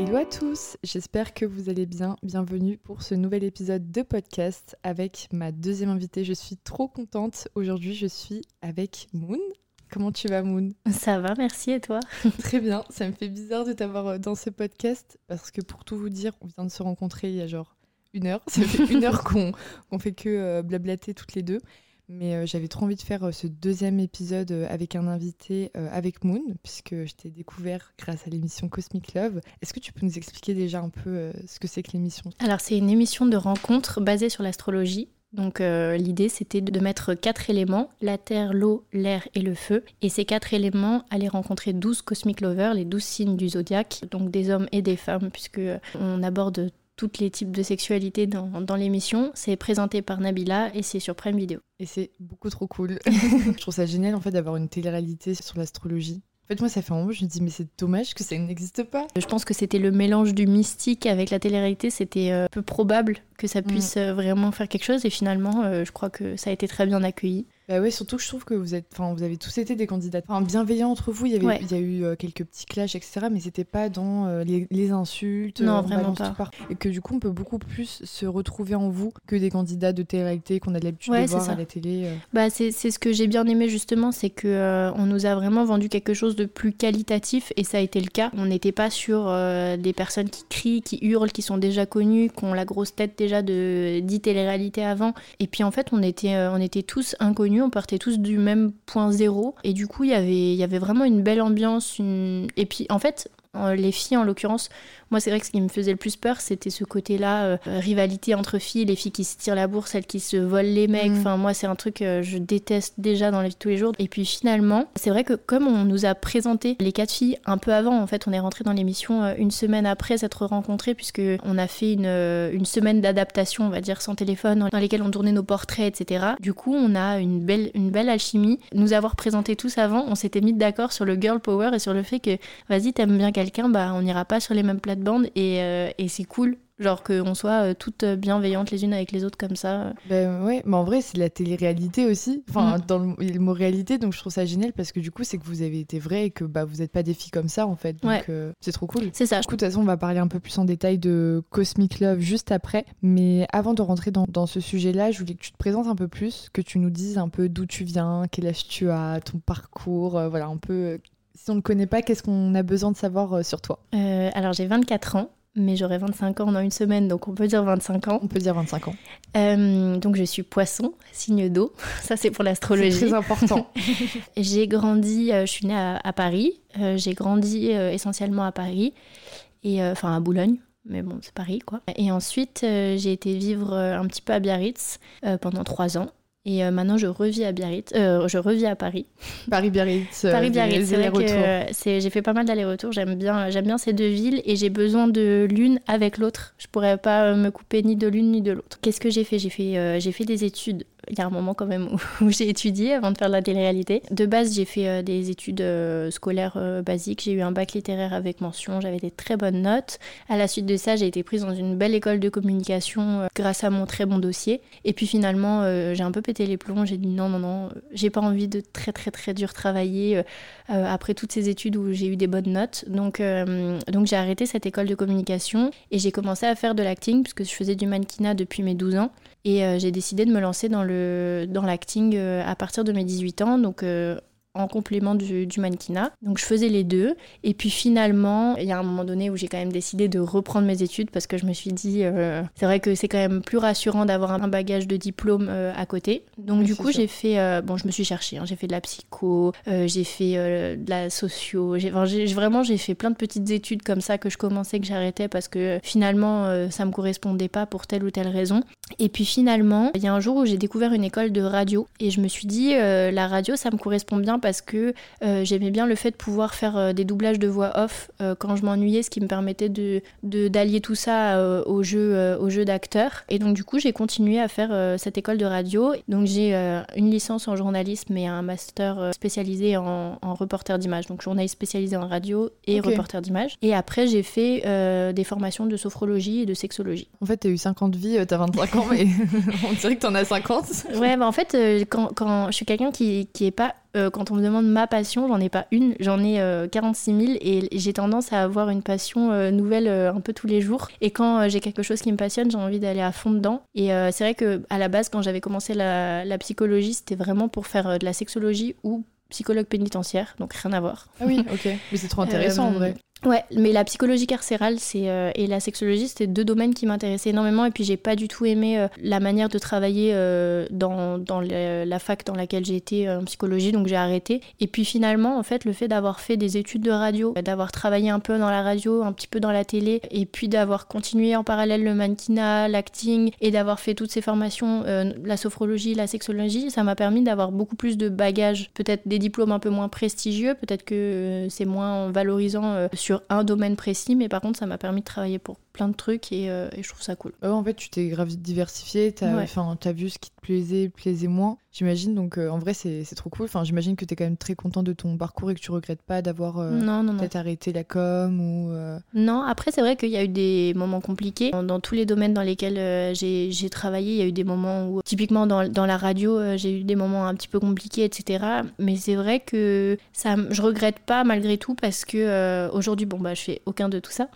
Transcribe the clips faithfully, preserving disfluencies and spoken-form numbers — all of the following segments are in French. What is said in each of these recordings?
Hello à tous, j'espère que vous allez bien. Bienvenue pour ce nouvel épisode de podcast avec ma deuxième invitée. Je suis trop contente. Aujourd'hui, je suis avec Moon. Comment tu vas, Moon ? Ça va, merci, et toi ? Très bien, ça me fait bizarre de t'avoir dans ce podcast parce que pour tout vous dire, on vient de se rencontrer il y a genre une heure. Ça fait une heure qu'on, qu'on fait que euh, blablater toutes les deux. Mais euh, j'avais trop envie de faire euh, ce deuxième épisode euh, avec un invité, euh, avec Moon, puisque je t'ai découvert grâce à l'émission Cosmic Love. Est-ce que tu peux nous expliquer déjà un peu euh, ce que c'est que l'émission ? Alors, c'est une émission de rencontre basée sur l'astrologie. Donc euh, l'idée, c'était de mettre quatre éléments, la terre, l'eau, l'air et le feu. Et ces quatre éléments allaient rencontrer douze Cosmic Lovers, les douze signes du zodiaque, donc des hommes et des femmes, puisque euh, on aborde tous les types de sexualité dans, dans l'émission. C'est présenté par Nabila et c'est sur Prime Video. Et c'est beaucoup trop cool. Je trouve ça génial en fait d'avoir une télé-réalité sur l'astrologie. En fait, moi, ça fait un moment, je me dis, mais c'est dommage que ça n'existe pas. Je pense que c'était le mélange du mystique avec la télé-réalité. C'était euh, peu probable que ça puisse euh, vraiment faire quelque chose. Et finalement, euh, je crois que ça a été très bien accueilli. Bah ouais, surtout que je trouve que vous êtes, enfin, vous avez tous été des candidats enfin, bienveillants entre vous. Il y avait, ouais. il y a eu euh, quelques petits clashs, et cetera. Mais c'était pas dans euh, les, les insultes. Non, euh, vraiment pas. Par... Et que du coup, on peut beaucoup plus se retrouver en vous que des candidats de télé-réalité qu'on a l'habitude ouais, de voir ça. à la télé. Euh. Bah c'est c'est ce que j'ai bien aimé justement, c'est que euh, on nous a vraiment vendu quelque chose de plus qualitatif et ça a été le cas. On n'était pas sur euh, des personnes qui crient, qui hurlent, qui sont déjà connues, qui ont la grosse tête déjà de dix télé-réalités avant. Et puis en fait, on était euh, on était tous inconnus, on partait tous du même point zéro et du coup il y avait il y avait vraiment une belle ambiance une... et puis en fait les filles en l'occurrence, moi c'est vrai que ce qui me faisait le plus peur c'était ce côté là euh, rivalité entre filles, les filles qui se tirent la bourre, celles qui se volent les mecs, mmh. Enfin moi c'est un truc que euh, je déteste déjà dans la vie de tous les jours. Et puis finalement c'est vrai que comme on nous a présenté les quatre filles un peu avant, en fait on est rentré dans l'émission euh, une semaine après s'être rencontrés, puisque on a fait une, euh, une semaine d'adaptation on va dire sans téléphone dans lesquelles on tournait nos portraits etc. Du coup on a une belle, une belle alchimie. Nous avoir présenté tous avant, on s'était mis d'accord sur le girl power et sur le fait que vas-y t'aimes bien quelqu'un, bah on n'ira pas sur les mêmes plates-bandes et, euh, et c'est cool. Genre qu'on soit euh, toutes bienveillantes les unes avec les autres comme ça. Ben ouais, mais en vrai c'est de la télé-réalité aussi, enfin mmh. dans le, le mot réalité, donc je trouve ça génial parce que du coup c'est que vous avez été vrai et que bah, vous n'êtes pas des filles comme ça en fait, donc ouais. euh, c'est trop cool. C'est ça. Du coup de toute façon on va parler un peu plus en détail de Cosmic Love juste après, mais avant de rentrer dans, dans ce sujet-là, je voulais que tu te présentes un peu plus, que tu nous dises un peu d'où tu viens, quel âge tu as, ton parcours, euh, voilà un peu... Euh, si on ne connaît pas, qu'est-ce qu'on a besoin de savoir euh, sur toi ? euh, Alors j'ai vingt-quatre ans. Mais j'aurai vingt-cinq ans dans une semaine, donc on peut dire vingt-cinq ans. On peut dire vingt-cinq ans. Euh, donc je suis poisson, signe d'eau. Ça c'est pour l'astrologie. C'est très important. J'ai grandi, euh, je suis née à, à Paris. Euh, j'ai grandi euh, essentiellement à Paris, et enfin euh, à Boulogne. Mais bon, c'est Paris quoi. Et ensuite, euh, j'ai été vivre euh, un petit peu à Biarritz euh, pendant trois ans. Et euh, maintenant, je revis à Biarritz. Euh, je revis à Paris. Paris-Biarritz. Euh, Paris-Biarritz, c'est vrai que euh, c'est, j'ai fait pas mal d'allers-retours. J'aime bien, j'aime bien ces deux villes et j'ai besoin de l'une avec l'autre. Je pourrais pas me couper ni de l'une ni de l'autre. Qu'est-ce que j'ai fait ? J'ai fait, euh, j'ai fait des études. Il y a un moment quand même où, où j'ai étudié avant de faire de la télé-réalité. De base, j'ai fait euh, des études euh, scolaires euh, basiques. J'ai eu un bac littéraire avec mention. J'avais des très bonnes notes. À la suite de ça, j'ai été prise dans une belle école de communication euh, grâce à mon très bon dossier. Et puis finalement, euh, j'ai un peu pété les plombs. J'ai dit non, non, non, j'ai pas envie de très, très, très dur travailler euh, euh, après toutes ces études où j'ai eu des bonnes notes. Donc, euh, donc j'ai arrêté cette école de communication et j'ai commencé à faire de l'acting puisque je faisais du mannequinat depuis mes douze ans. Et euh, j'ai décidé de me lancer dans, le, dans l'acting euh, à partir de mes dix-huit ans, donc euh, en complément du, du mannequinat. Donc je faisais les deux. Et puis finalement, il y a un moment donné où j'ai quand même décidé de reprendre mes études parce que je me suis dit, euh, c'est vrai que c'est quand même plus rassurant d'avoir un bagage de diplôme euh, à côté. Donc oui, du coup, sûr. j'ai fait, euh, bon, je me suis cherchée, hein, j'ai fait de la psycho, euh, j'ai fait euh, de la socio, j'ai, enfin, j'ai, vraiment j'ai fait plein de petites études comme ça que je commençais, que j'arrêtais parce que finalement, euh, ça me correspondait pas pour telle ou telle raison. Et puis finalement, il y a un jour où j'ai découvert une école de radio et je me suis dit, euh, la radio, ça me correspond bien parce que euh, j'aimais bien le fait de pouvoir faire euh, des doublages de voix off euh, quand je m'ennuyais, ce qui me permettait de, de, d'allier tout ça euh, au jeu, euh, au jeu d'acteur. Et donc du coup, j'ai continué à faire euh, cette école de radio. Donc j'ai euh, une licence en journalisme et un master euh, spécialisé en, en reporter d'image. Donc journaliste spécialisé en radio et okay. reporter d'image. Et après, j'ai fait euh, des formations de sophrologie et de sexologie. En fait, t'as eu cinquante vies, t'as vingt-cinq ans, mais on dirait que t'en as cinquante. Ouais, bah en fait, euh, quand, quand je suis quelqu'un qui, qui est pas euh, quand on me demande ma passion, j'en ai pas une, j'en ai euh, quarante-six mille et j'ai tendance à avoir une passion euh, nouvelle euh, un peu tous les jours. Et quand euh, j'ai quelque chose qui me passionne, j'ai envie d'aller à fond dedans. Et euh, c'est vrai qu'à la base, quand j'avais commencé la, la psychologie, c'était vraiment pour faire euh, de la sexologie ou psychologue pénitentiaire, donc rien à voir. Ah oui, ok. Mais c'est trop intéressant euh, en vrai. Ouais, mais la psychologie carcérale c'est, euh, et la sexologie, c'était deux domaines qui m'intéressaient énormément. Et puis, j'ai pas du tout aimé euh, la manière de travailler euh, dans, dans le, la fac dans laquelle j'ai été euh, en psychologie, donc j'ai arrêté. Et puis, finalement, en fait, le fait d'avoir fait des études de radio, d'avoir travaillé un peu dans la radio, un petit peu dans la télé, et puis d'avoir continué en parallèle le mannequinat, l'acting, et d'avoir fait toutes ces formations, euh, la sophrologie, la sexologie, ça m'a permis d'avoir beaucoup plus de bagages, peut-être des diplômes un peu moins prestigieux, peut-être que euh, c'est moins valorisant euh, sur un domaine précis, mais par contre ça m'a permis de travailler pour plein de trucs et, euh, et je trouve ça cool. Ouais, en fait tu t'es grave diversifiée, t'as, ouais. t'as vu ce qui te plaisait, plaisait moins, j'imagine, donc euh, en vrai c'est, c'est trop cool. Enfin, j'imagine que t'es quand même très content de ton parcours et que tu regrettes pas d'avoir euh, non, non, peut-être non. arrêté la com ou... Euh... Non, après c'est vrai qu'il y a eu des moments compliqués. Dans, dans tous les domaines dans lesquels euh, j'ai, j'ai travaillé, il y a eu des moments où, typiquement dans, dans la radio, euh, j'ai eu des moments un petit peu compliqués, et cetera. Mais c'est vrai que ça, je regrette pas malgré tout parce que euh, aujourd'hui, bon bah je fais aucun de tout ça.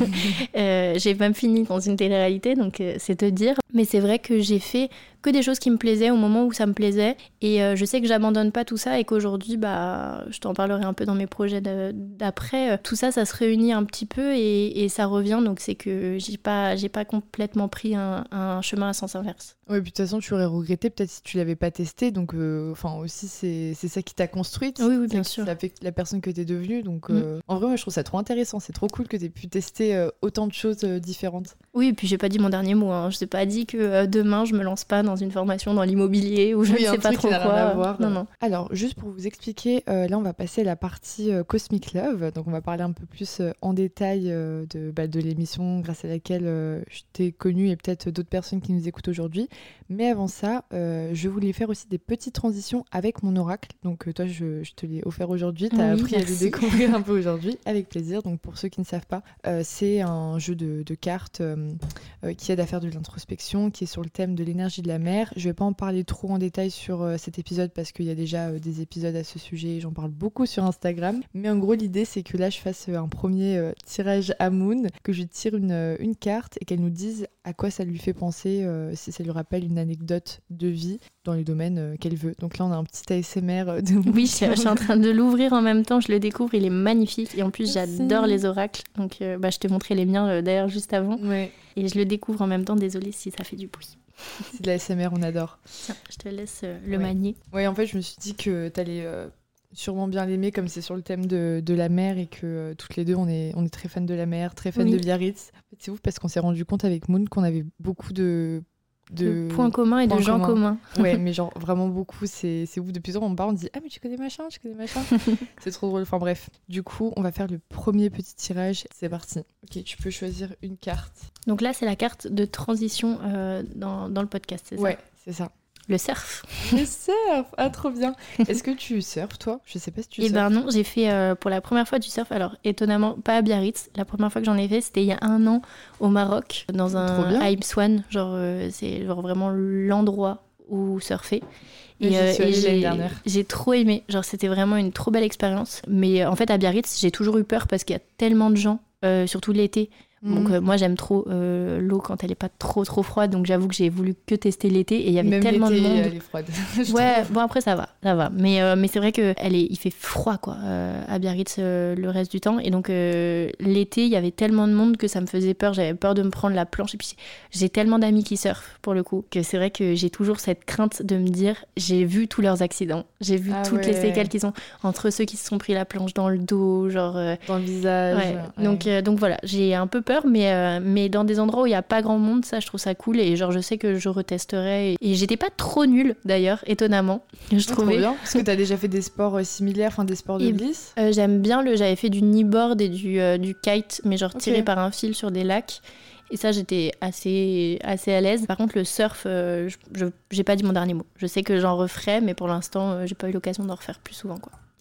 euh, j'ai même fini dans une télé-réalité, donc euh, c'est te dire. Mais c'est vrai que j'ai fait que des choses qui me plaisaient au moment où ça me plaisait. Et euh, je sais que j'abandonne pas tout ça et qu'aujourd'hui, bah, je t'en parlerai un peu dans mes projets d'après. Tout ça, ça se réunit un petit peu et, et ça revient. Donc c'est que j'ai pas, j'ai pas complètement pris un, un chemin à sens inverse. Oui, puis de toute façon, tu aurais regretté peut-être si tu l'avais pas testé. Donc, euh, enfin aussi, c'est, c'est ça qui t'a construite. Oui, oui, bien sûr. Ça fait la personne que t'es devenue. Donc, euh, mm. en vrai, moi, je trouve ça trop intéressant. C'est trop cool que t'aies pu tester euh, autant de choses euh, différentes. Oui, et puis j'ai pas dit mon dernier mot. Hein. Je t'ai pas dit que euh, demain, je me lance pas dans une formation dans l'immobilier ou je oui, ne sais pas trop quoi. À voir. Non, non. Alors, juste pour vous expliquer, euh, là, on va passer à la partie euh, Cosmic Love. Donc, on va parler un peu plus euh, en détail euh, de, bah, de l'émission grâce à laquelle euh, je t'ai connue et peut-être d'autres personnes qui nous écoutent aujourd'hui. Mais avant ça, euh, je voulais faire aussi des petites transitions avec mon oracle. Donc, euh, toi, je, je te l'ai offert aujourd'hui. Tu as oui, appris merci. À le découvrir un peu aujourd'hui, avec plaisir. Donc, pour ceux qui ne savent pas, euh, c'est un jeu de, de cartes euh, euh, qui aide à faire de l'introspection, qui est sur le thème de l'énergie de la mer. Je ne vais pas en parler trop en détail sur euh, cet épisode parce qu'il y a déjà euh, des épisodes à ce sujet. J'en parle beaucoup sur Instagram. Mais en gros, l'idée, c'est que là, je fasse euh, un premier euh, tirage à Moon, que je tire une, euh, une carte et qu'elle nous dise à quoi ça lui fait penser, euh, si ça lui rappelle une anecdote de vie dans les domaines euh, qu'elle veut. Donc là, on a un petit A S M R de Moon. Oui, je, je suis en train de l'ouvrir en même temps. Je le découvre, il est magnifique. Et en plus, Merci. J'adore les oracles. Donc, euh, bah, je t'ai montré les miens euh, d'ailleurs juste avant. Ouais. Et je le découvre en même temps. Désolée si ça fait du bruit. C'est de l'A S M R, on adore. Tiens, je te laisse euh, le ouais. manier. Ouais, en fait, je me suis dit que t'allais euh, sûrement bien l'aimer, comme c'est sur le thème de, de la mer et que euh, toutes les deux, on est, on est très fans de la mer, très fans oui. de Biarritz. En fait, c'est ouf parce qu'on s'est rendu compte avec Moon qu'on avait beaucoup de... de, de points communs et de gens communs. Ouais, mais genre vraiment beaucoup. C'est, c'est ouf. Depuis longtemps, on parle, on dit ah, mais tu connais machin, tu connais machin. C'est trop drôle. Enfin bref. Du coup, on va faire le premier petit tirage. C'est parti. Ok, tu peux choisir une carte. Donc là, c'est la carte de transition euh, dans, dans le podcast, c'est ça ? Ouais, c'est ça. Le surf. Le surf. Ah, trop bien. Est-ce que tu surfes, toi ? Je sais pas si tu surfes. Eh ben non, j'ai fait euh, pour la première fois du surf. Alors, étonnamment, pas à Biarritz. La première fois que j'en ai fait, c'était il y a un an au Maroc, dans un Hype Swan. Genre, euh, c'est genre vraiment l'endroit où surfer. Et, euh, et j'ai, j'ai trop aimé. Genre, c'était vraiment une trop belle expérience. Mais euh, en fait, à Biarritz, j'ai toujours eu peur parce qu'il y a tellement de gens, euh, surtout l'été. Donc euh, moi j'aime trop euh, l'eau quand elle est pas trop trop froide, donc j'avoue que j'ai voulu que tester l'été et il y avait Même tellement l'été, de monde. Elle est froide. Ouais, bon après ça va, ça va. Mais euh, mais c'est vrai que elle est, il fait froid quoi euh, à Biarritz euh, le reste du temps et donc euh, l'été il y avait tellement de monde que ça me faisait peur, j'avais peur de me prendre la planche et puis j'ai tellement d'amis qui surfent pour le coup que c'est vrai que j'ai toujours cette crainte de me dire j'ai vu tous leurs accidents, j'ai vu ah toutes ouais. les séquelles qu'ils ont entre ceux qui se sont pris la planche dans le dos, genre euh, dans le visage. Ouais. Ouais. Donc euh, donc voilà, j'ai un peu peur. Mais, euh, mais dans des endroits où il n'y a pas grand monde, ça je trouve ça cool et genre je sais que je retesterai et, et j'étais pas trop nulle d'ailleurs, étonnamment je ah, trouvais. Trop bien, parce que t'as déjà fait des sports euh, similaires, enfin des sports de et, glisse. euh, j'aime bien le, j'avais fait du kneeboard et du, euh, du kite mais genre tiré okay. par un fil sur des lacs et ça j'étais assez, assez à l'aise. Par contre le surf, euh, je, je, j'ai pas dit mon dernier mot. Je sais que j'en referai mais pour l'instant euh, j'ai pas eu l'occasion d'en refaire plus souvent quoi.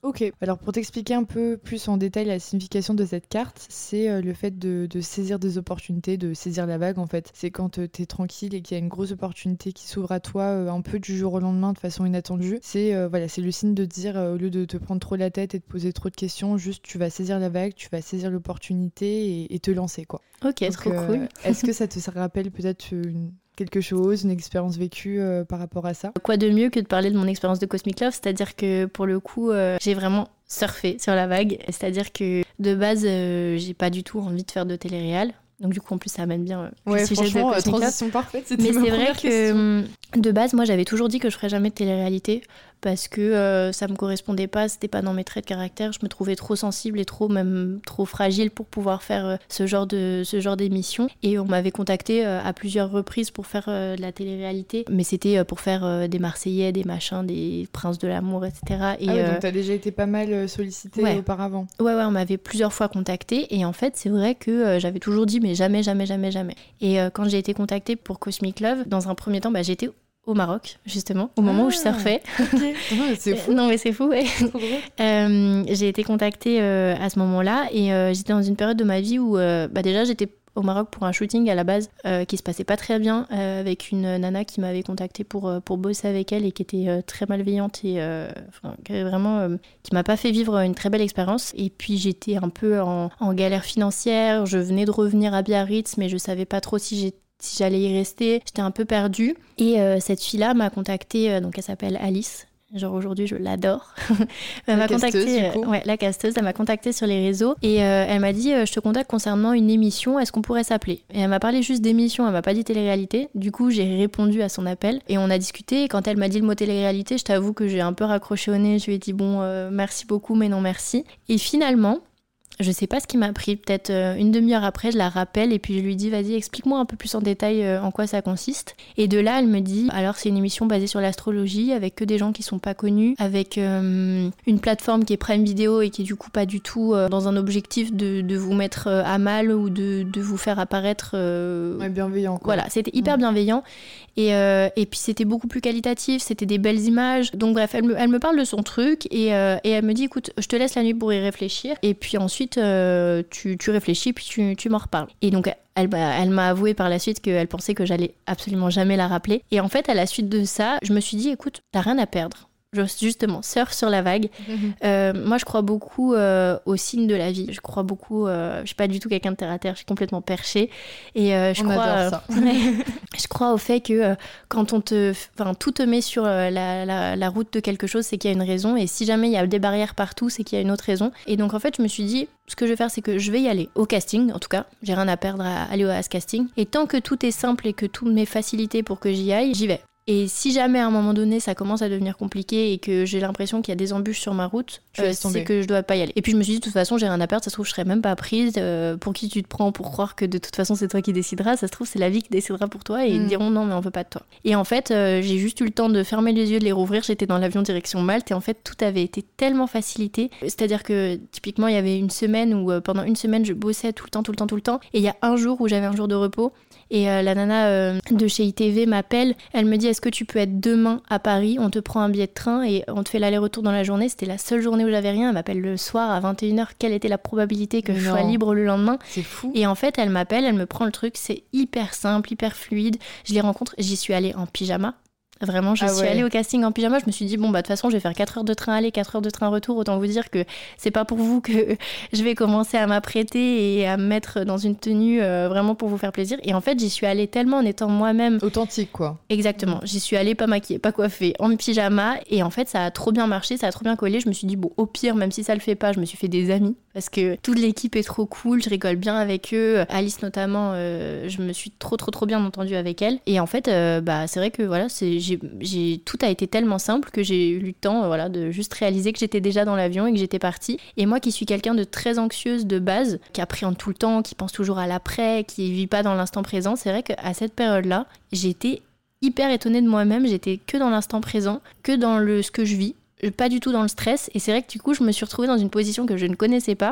Ok, alors pour t'expliquer un peu plus en détail la signification de cette carte, c'est euh, le fait de, de saisir des opportunités, de saisir la vague en fait. C'est quand euh, t'es tranquille et qu'il y a une grosse opportunité qui s'ouvre à toi euh, un peu du jour au lendemain de façon inattendue. C'est euh, voilà, c'est le signe de dire, euh, au lieu de te prendre trop la tête et de poser trop de questions, juste tu vas saisir la vague, tu vas saisir l'opportunité et, et te lancer quoi. Ok, Donc, trop euh, cool. Est-ce que ça te rappelle peut-être une... quelque chose, une expérience vécue euh, par rapport à ça? Quoi de mieux que de parler de mon expérience de Cosmic Love, c'est-à-dire que pour le coup, euh, j'ai vraiment surfé sur la vague. C'est-à-dire que de base, euh, j'ai pas du tout envie de faire de télé-réal. Donc du coup, en plus, ça amène bien euh, Ouais, le sujet de franchement, euh, Cosmic Love. transition parfaite, c'était Mais ma c'est vrai première que question. de base, moi, j'avais toujours dit que je ferais jamais de télé-réalité parce que euh, ça me correspondait pas, c'était pas dans mes traits de caractère. Je me trouvais trop sensible et trop, même trop fragile pour pouvoir faire euh, ce genre de ce genre d'émission. Et on m'avait contactée euh, à plusieurs reprises pour faire euh, de la télé-réalité, mais c'était euh, pour faire euh, des Marseillais, des machins, des Princes de l'amour, et cetera. Et, Ah ouais, euh, donc t'as déjà été pas mal sollicitée ouais. auparavant. Ouais, ouais, on m'avait plusieurs fois contactée et en fait, c'est vrai que euh, j'avais toujours dit mais jamais, jamais, jamais, jamais. Et euh, quand j'ai été contactée pour Cosmic Love, dans un premier temps, bah, j'étais au Maroc, justement, au moment Ah, où je surfais. Ok, ouais, c'est fou. Non, mais c'est fou, ouais. Trop drôle. Euh, j'ai été contactée euh, à ce moment-là et euh, j'étais dans une période de ma vie où euh, bah, déjà j'étais au Maroc pour un shooting à la base euh, qui se passait pas très bien euh, avec une nana qui m'avait contactée pour, euh, pour bosser avec elle et qui était euh, très malveillante et euh, qui vraiment euh, qui m'a pas fait vivre une très belle expérience. Et puis j'étais un peu en, en galère financière, je venais de revenir à Biarritz mais je savais pas trop si j'étais si j'allais y rester, j'étais un peu perdue. Et euh, cette fille-là m'a contactée, euh, donc elle s'appelle Alice. Genre aujourd'hui, je l'adore. Elle La m'a casteuse, contactée, du coup. euh, ouais, la casteuse, elle m'a contactée sur les réseaux et euh, elle m'a dit euh, je te contacte concernant une émission, est-ce qu'on pourrait s'appeler? Et elle m'a parlé juste d'émission, elle m'a pas dit télé-réalité. Du coup, j'ai répondu à son appel et on a discuté. Et quand elle m'a dit le mot télé-réalité, je t'avoue que j'ai un peu raccroché au nez. Je lui ai dit bon, euh, merci beaucoup, mais non merci. Et finalement, je sais pas ce qui m'a pris, peut-être euh, une demi-heure après, je la rappelle et puis je lui dis vas-y explique-moi un peu plus en détail euh, en quoi ça consiste. Et de là elle me dit alors c'est une émission basée sur l'astrologie avec que des gens qui sont pas connus, avec euh, une plateforme qui est Prime Video et qui est du coup pas du tout euh, dans un objectif de, de vous mettre euh, à mal ou de, de vous faire apparaître... Euh... Ouais, bienveillant quoi. Voilà, c'était hyper bienveillant. Et, euh, et puis c'était beaucoup plus qualitatif, c'était des belles images. Donc bref, elle me, elle me parle de son truc et, euh, et elle me dit écoute, je te laisse la nuit pour y réfléchir et puis ensuite euh, tu, tu réfléchis puis tu, tu m'en reparles. Et donc elle, elle m'a avoué par la suite qu'elle pensait que j'allais absolument jamais la rappeler. Et en fait, à la suite de ça, je me suis dit écoute, t'as rien à perdre. Justement, surf sur la vague. Mmh. Euh, moi, je crois beaucoup euh, aux signes de la vie. Je crois beaucoup... Euh, je suis pas du tout quelqu'un de terre-à-terre, je suis complètement perchée. Et euh, je on crois... adore ça. Euh, je crois au fait que euh, quand on te... Enfin, tout te met sur euh, la, la, la route de quelque chose, c'est qu'il y a une raison. Et si jamais il y a des barrières partout, c'est qu'il y a une autre raison. Et donc, en fait, je me suis dit, ce que je vais faire, c'est que je vais y aller au casting. En tout cas, j'ai rien à perdre à aller à ce casting. Et tant que tout est simple et que tout m'est facilité pour que j'y aille, j'y vais. Et si jamais à un moment donné ça commence à devenir compliqué et que j'ai l'impression qu'il y a des embûches sur ma route, euh, c'est que je dois pas y aller. Et puis je me suis dit de toute façon j'ai rien à perdre, ça se trouve je serais même pas prise. Euh, pour qui tu te prends pour croire que de toute façon c'est toi qui décideras? Ça se trouve c'est la vie qui décidera pour toi et mmh. ils diront non mais on veut pas de toi. Et en fait euh, j'ai juste eu le temps de fermer les yeux, de les rouvrir. J'étais dans l'avion direction Malte et en fait tout avait été tellement facilité. C'est-à-dire que typiquement il y avait une semaine où euh, pendant une semaine je bossais tout le temps, tout le temps, tout le temps. Et il y a un jour où j'avais un jour de repos. Et euh, la nana euh, de chez I T V m'appelle, elle me dit est-ce que tu peux être demain à Paris, on te prend un billet de train et on te fait l'aller-retour dans la journée. C'était la seule journée où j'avais rien. Elle m'appelle le soir à vingt et une heures, quelle était la probabilité que Mais je non. sois libre le lendemain? C'est fou. Et en fait elle m'appelle, elle me prend le truc, c'est hyper simple, hyper fluide. Je les rencontre, j'y suis allée en pyjama. Vraiment, je ah suis ouais. allée au casting en pyjama. Je me suis dit, bon, bah, de toute façon, je vais faire quatre heures de train aller, quatre heures de train retour. Autant vous dire que c'est pas pour vous que je vais commencer à m'apprêter et à me mettre dans une tenue euh, vraiment pour vous faire plaisir. Et en fait, j'y suis allée tellement en étant moi-même. Authentique, quoi. Exactement. J'y suis allée pas maquillée, pas coiffée, en pyjama. Et en fait, ça a trop bien marché, ça a trop bien collé. Je me suis dit, bon, au pire, même si ça le fait pas, je me suis fait des amis. Parce que toute l'équipe est trop cool, je rigole bien avec eux. Alice, notamment, euh, je me suis trop, trop, trop bien entendue avec elle. Et en fait, euh, bah, c'est vrai que voilà, c'est, j'ai, j'ai, tout a été tellement simple que j'ai eu le temps euh, voilà, de juste réaliser que j'étais déjà dans l'avion et que j'étais partie. Et moi qui suis quelqu'un de très anxieuse de base, qui appréhende tout le temps, qui pense toujours à l'après, qui vit pas dans l'instant présent, c'est vrai qu'à cette période-là, j'étais hyper étonnée de moi-même. J'étais que dans l'instant présent, que dans le, ce que je vis. Pas du tout dans le stress, et c'est vrai que du coup je me suis retrouvée dans une position que je ne connaissais pas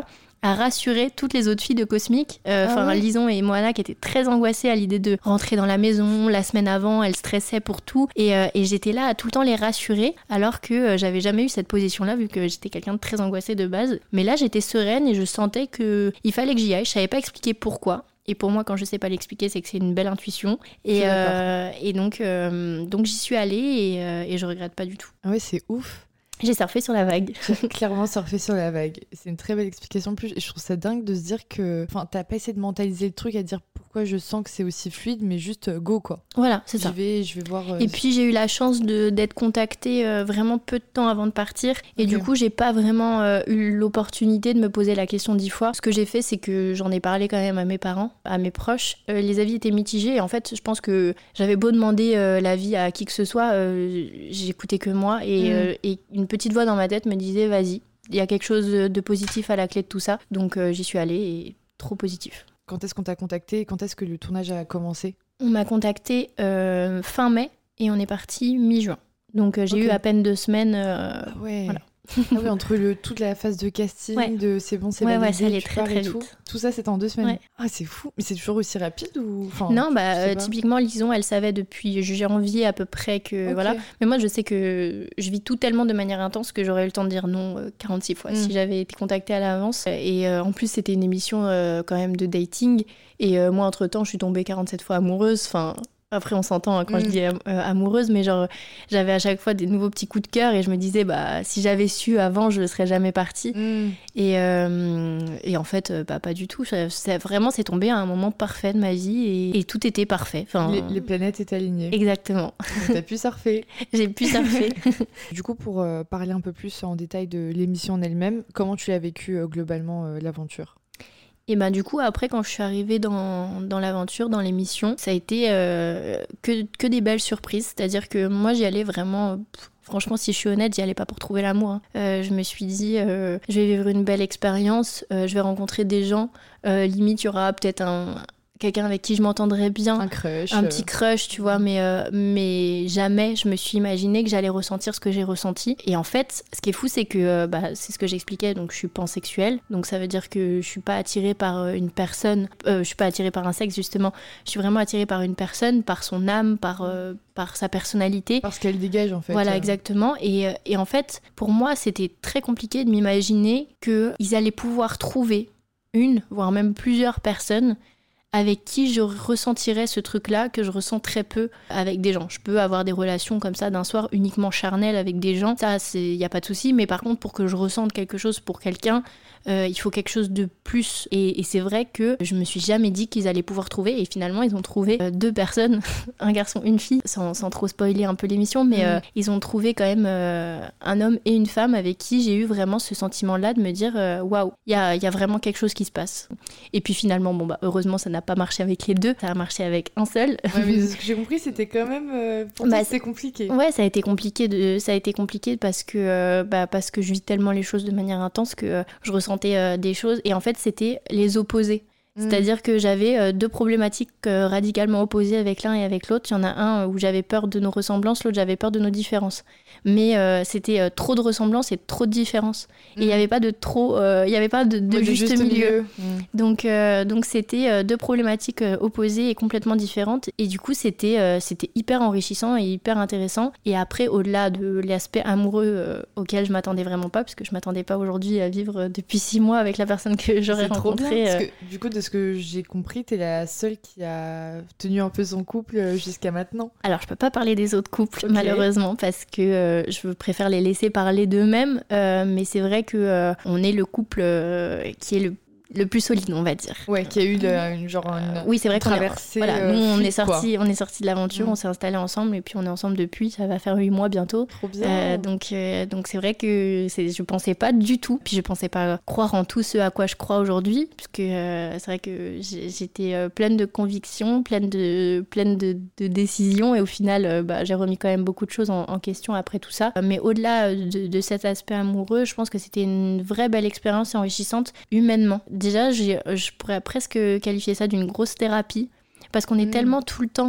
à rassurer toutes les autres filles de Cosmic. Enfin, euh, ah ouais. Lison et Moana qui étaient très angoissées à l'idée de rentrer dans la maison. La semaine avant, elles stressaient pour tout. Et, euh, et j'étais là à tout le temps les rassurer, alors que euh, j'avais jamais eu cette position-là, vu que j'étais quelqu'un de très angoissé de base. Mais là, j'étais sereine et je sentais qu'il fallait que j'y aille. Je savais pas expliquer pourquoi. Et pour moi, quand je sais pas l'expliquer, c'est que c'est une belle intuition. Et, euh, et donc, euh, donc j'y suis allée et, euh, et je regrette pas du tout. Ah ouais, c'est ouf. J'ai surfé sur la vague. J'ai clairement surfé sur la vague. C'est une très belle explication. Plus, et je trouve ça dingue de se dire que... Enfin, t'as pas essayé de mentaliser le truc, à dire pourquoi je sens que c'est aussi fluide, mais juste euh, go, quoi. Voilà, c'est ça. Je vais, je vais voir... Euh, et puis, j'ai eu la chance de, d'être contactée euh, vraiment peu de temps avant de partir. Et okay. du coup, j'ai pas vraiment euh, eu l'opportunité de me poser la question dix fois. Ce que j'ai fait, c'est que j'en ai parlé quand même à mes parents, à mes proches. Euh, les avis étaient mitigés. Et en fait, je pense que j'avais beau demander euh, l'avis à qui que ce soit, euh, j'écoutais que moi. Et, mm. euh, et une petite voix dans ma tête me disait vas-y, il y a quelque chose de positif à la clé de tout ça. Donc euh, j'y suis allée et trop positif. Quand est-ce qu'on t'a contacté et quand est-ce que le tournage a commencé ? On m'a contacté euh, fin mai et on est parti mi-juin. Donc euh, j'ai okay. eu à peine deux semaines. Euh, ah ouais. Voilà. Ah oui, entre le, toute la phase de casting, ouais. de c'est bon, c'est ouais, validé, ouais, ça allait tu très, pars très et tout. vite. Tout ça, c'était en deux semaines. Ouais. Ah, c'est fou. Mais c'est toujours aussi rapide ou enfin, non, bah euh, typiquement, Lison, elle savait depuis janvier à peu près que okay. voilà. Mais moi, je sais que je vis tout tellement de manière intense que j'aurais eu le temps de dire non euh, quarante-six fois mm. si j'avais été contactée à l'avance. Et euh, en plus, c'était une émission euh, quand même de dating. Et euh, moi, entre-temps, je suis tombée quarante-sept fois amoureuse. Enfin. Après, on s'entend hein, quand mmh. je dis euh, amoureuse, mais genre, j'avais à chaque fois des nouveaux petits coups de cœur et je me disais, bah, si j'avais su avant, je ne serais jamais partie. Mmh. Et, euh, et en fait, bah, pas du tout. C'est, vraiment, c'est tombé à un moment parfait de ma vie et, et tout était parfait. Enfin, les, les planètes étaient alignées. Exactement. Donc, t'as pu surfer. J'ai pu surfer. Du coup, pour euh, parler un peu plus en détail de l'émission en elle-même, comment tu l'as vécu euh, globalement, euh, l'aventure ? Et ben du coup, après, quand je suis arrivée dans, dans l'aventure, dans l'émission, ça a été euh, que, que des belles surprises. C'est-à-dire que moi, j'y allais vraiment... Pff, franchement, si je suis honnête, j'y allais pas pour trouver l'amour. Hein. Euh, je me suis dit, euh, je vais vivre une belle expérience, euh, je vais rencontrer des gens. Euh, limite, il y aura peut-être un... quelqu'un avec qui je m'entendrais bien, un crush, un petit crush, tu vois, mais, euh, mais jamais je me suis imaginé que j'allais ressentir ce que j'ai ressenti. Et en fait, ce qui est fou, c'est que, euh, bah, c'est ce que j'expliquais, donc je suis pansexuelle, donc ça veut dire que je suis pas attirée par une personne, euh, je suis pas attirée par un sexe justement, je suis vraiment attirée par une personne, par son âme, par, euh, par sa personnalité. Parce qu'elle dégage en fait. Voilà, exactement. Et, et en fait, pour moi, c'était très compliqué de m'imaginer qu'ils allaient pouvoir trouver une, voire même plusieurs personnes avec qui je ressentirais ce truc-là que je ressens très peu avec des gens. Je peux avoir des relations comme ça d'un soir uniquement charnelles avec des gens, ça, il n'y a pas de souci, mais par contre, pour que je ressente quelque chose pour quelqu'un, euh, il faut quelque chose de plus. Et, et c'est vrai que je me suis jamais dit qu'ils allaient pouvoir trouver, et finalement, ils ont trouvé euh, deux personnes, un garçon, une fille, sans, sans trop spoiler un peu l'émission, mais mmh. euh, ils ont trouvé quand même euh, un homme et une femme avec qui j'ai eu vraiment ce sentiment-là de me dire waouh, wow, il y a, y a vraiment quelque chose qui se passe. Et puis finalement, bon, bah, heureusement, ça n'a pas marché avec les deux, ça a marché avec un seul. Ouais, mais ce que j'ai compris, c'était quand même euh, pour toi, bah, c'était compliqué. Ouais, ça a été compliqué de, ça a été compliqué parce que euh, bah, parce que je vis tellement les choses de manière intense que euh, je ressentais euh, des choses et en fait c'était les opposés. Mmh. C'est-à-dire que j'avais euh, deux problématiques euh, radicalement opposées avec l'un et avec l'autre. Il y en a un où j'avais peur de nos ressemblances, l'autre j'avais peur de nos différences. Mais euh, c'était euh, trop de ressemblances et trop de différences. Mmh. Et il n'y avait pas de trop, euh, il n'y avait pas de, de, ouais, juste, de juste milieu. milieu. Mmh. Donc euh, donc c'était euh, deux problématiques euh, opposées et complètement différentes. Et du coup c'était euh, c'était hyper enrichissant et hyper intéressant. Et après au-delà de l'aspect amoureux euh, auquel je m'attendais vraiment pas, parce que je m'attendais pas aujourd'hui à vivre depuis six mois avec la personne que j'aurais c'est rencontrée. Trop bien, parce que, du coup de ce que j'ai compris, t'es la seule qui a tenu un peu son couple jusqu'à maintenant. Alors, je peux pas parler des autres couples, okay. malheureusement, parce que euh, je préfère les laisser parler d'eux-mêmes. Euh, mais c'est vrai que euh, on est le couple euh, qui est le le plus solide, on va dire. Ouais, qui a eu le, une, genre une, euh, oui, c'est vrai une traversée. Qu'on est, voilà, euh, nous, on fluide, est sortis, on est sortis de l'aventure, mmh. on s'est installés ensemble et puis on est ensemble depuis. Ça va faire huit mois bientôt. Trop bien. Euh, donc, euh, donc c'est vrai que c'est, je pensais pas du tout. Puis je pensais pas croire en tout ce à quoi je crois aujourd'hui, parce que euh, c'est vrai que j'étais euh, pleine de convictions, pleine de, pleine de, de décisions et au final, euh, bah, j'ai remis quand même beaucoup de choses en, en question après tout ça. Mais au-delà de, de cet aspect amoureux, je pense que c'était une vraie belle expérience et enrichissante humainement. Déjà, j'ai je pourrais presque qualifier ça d'une grosse thérapie parce qu'on est mmh. tellement tout le temps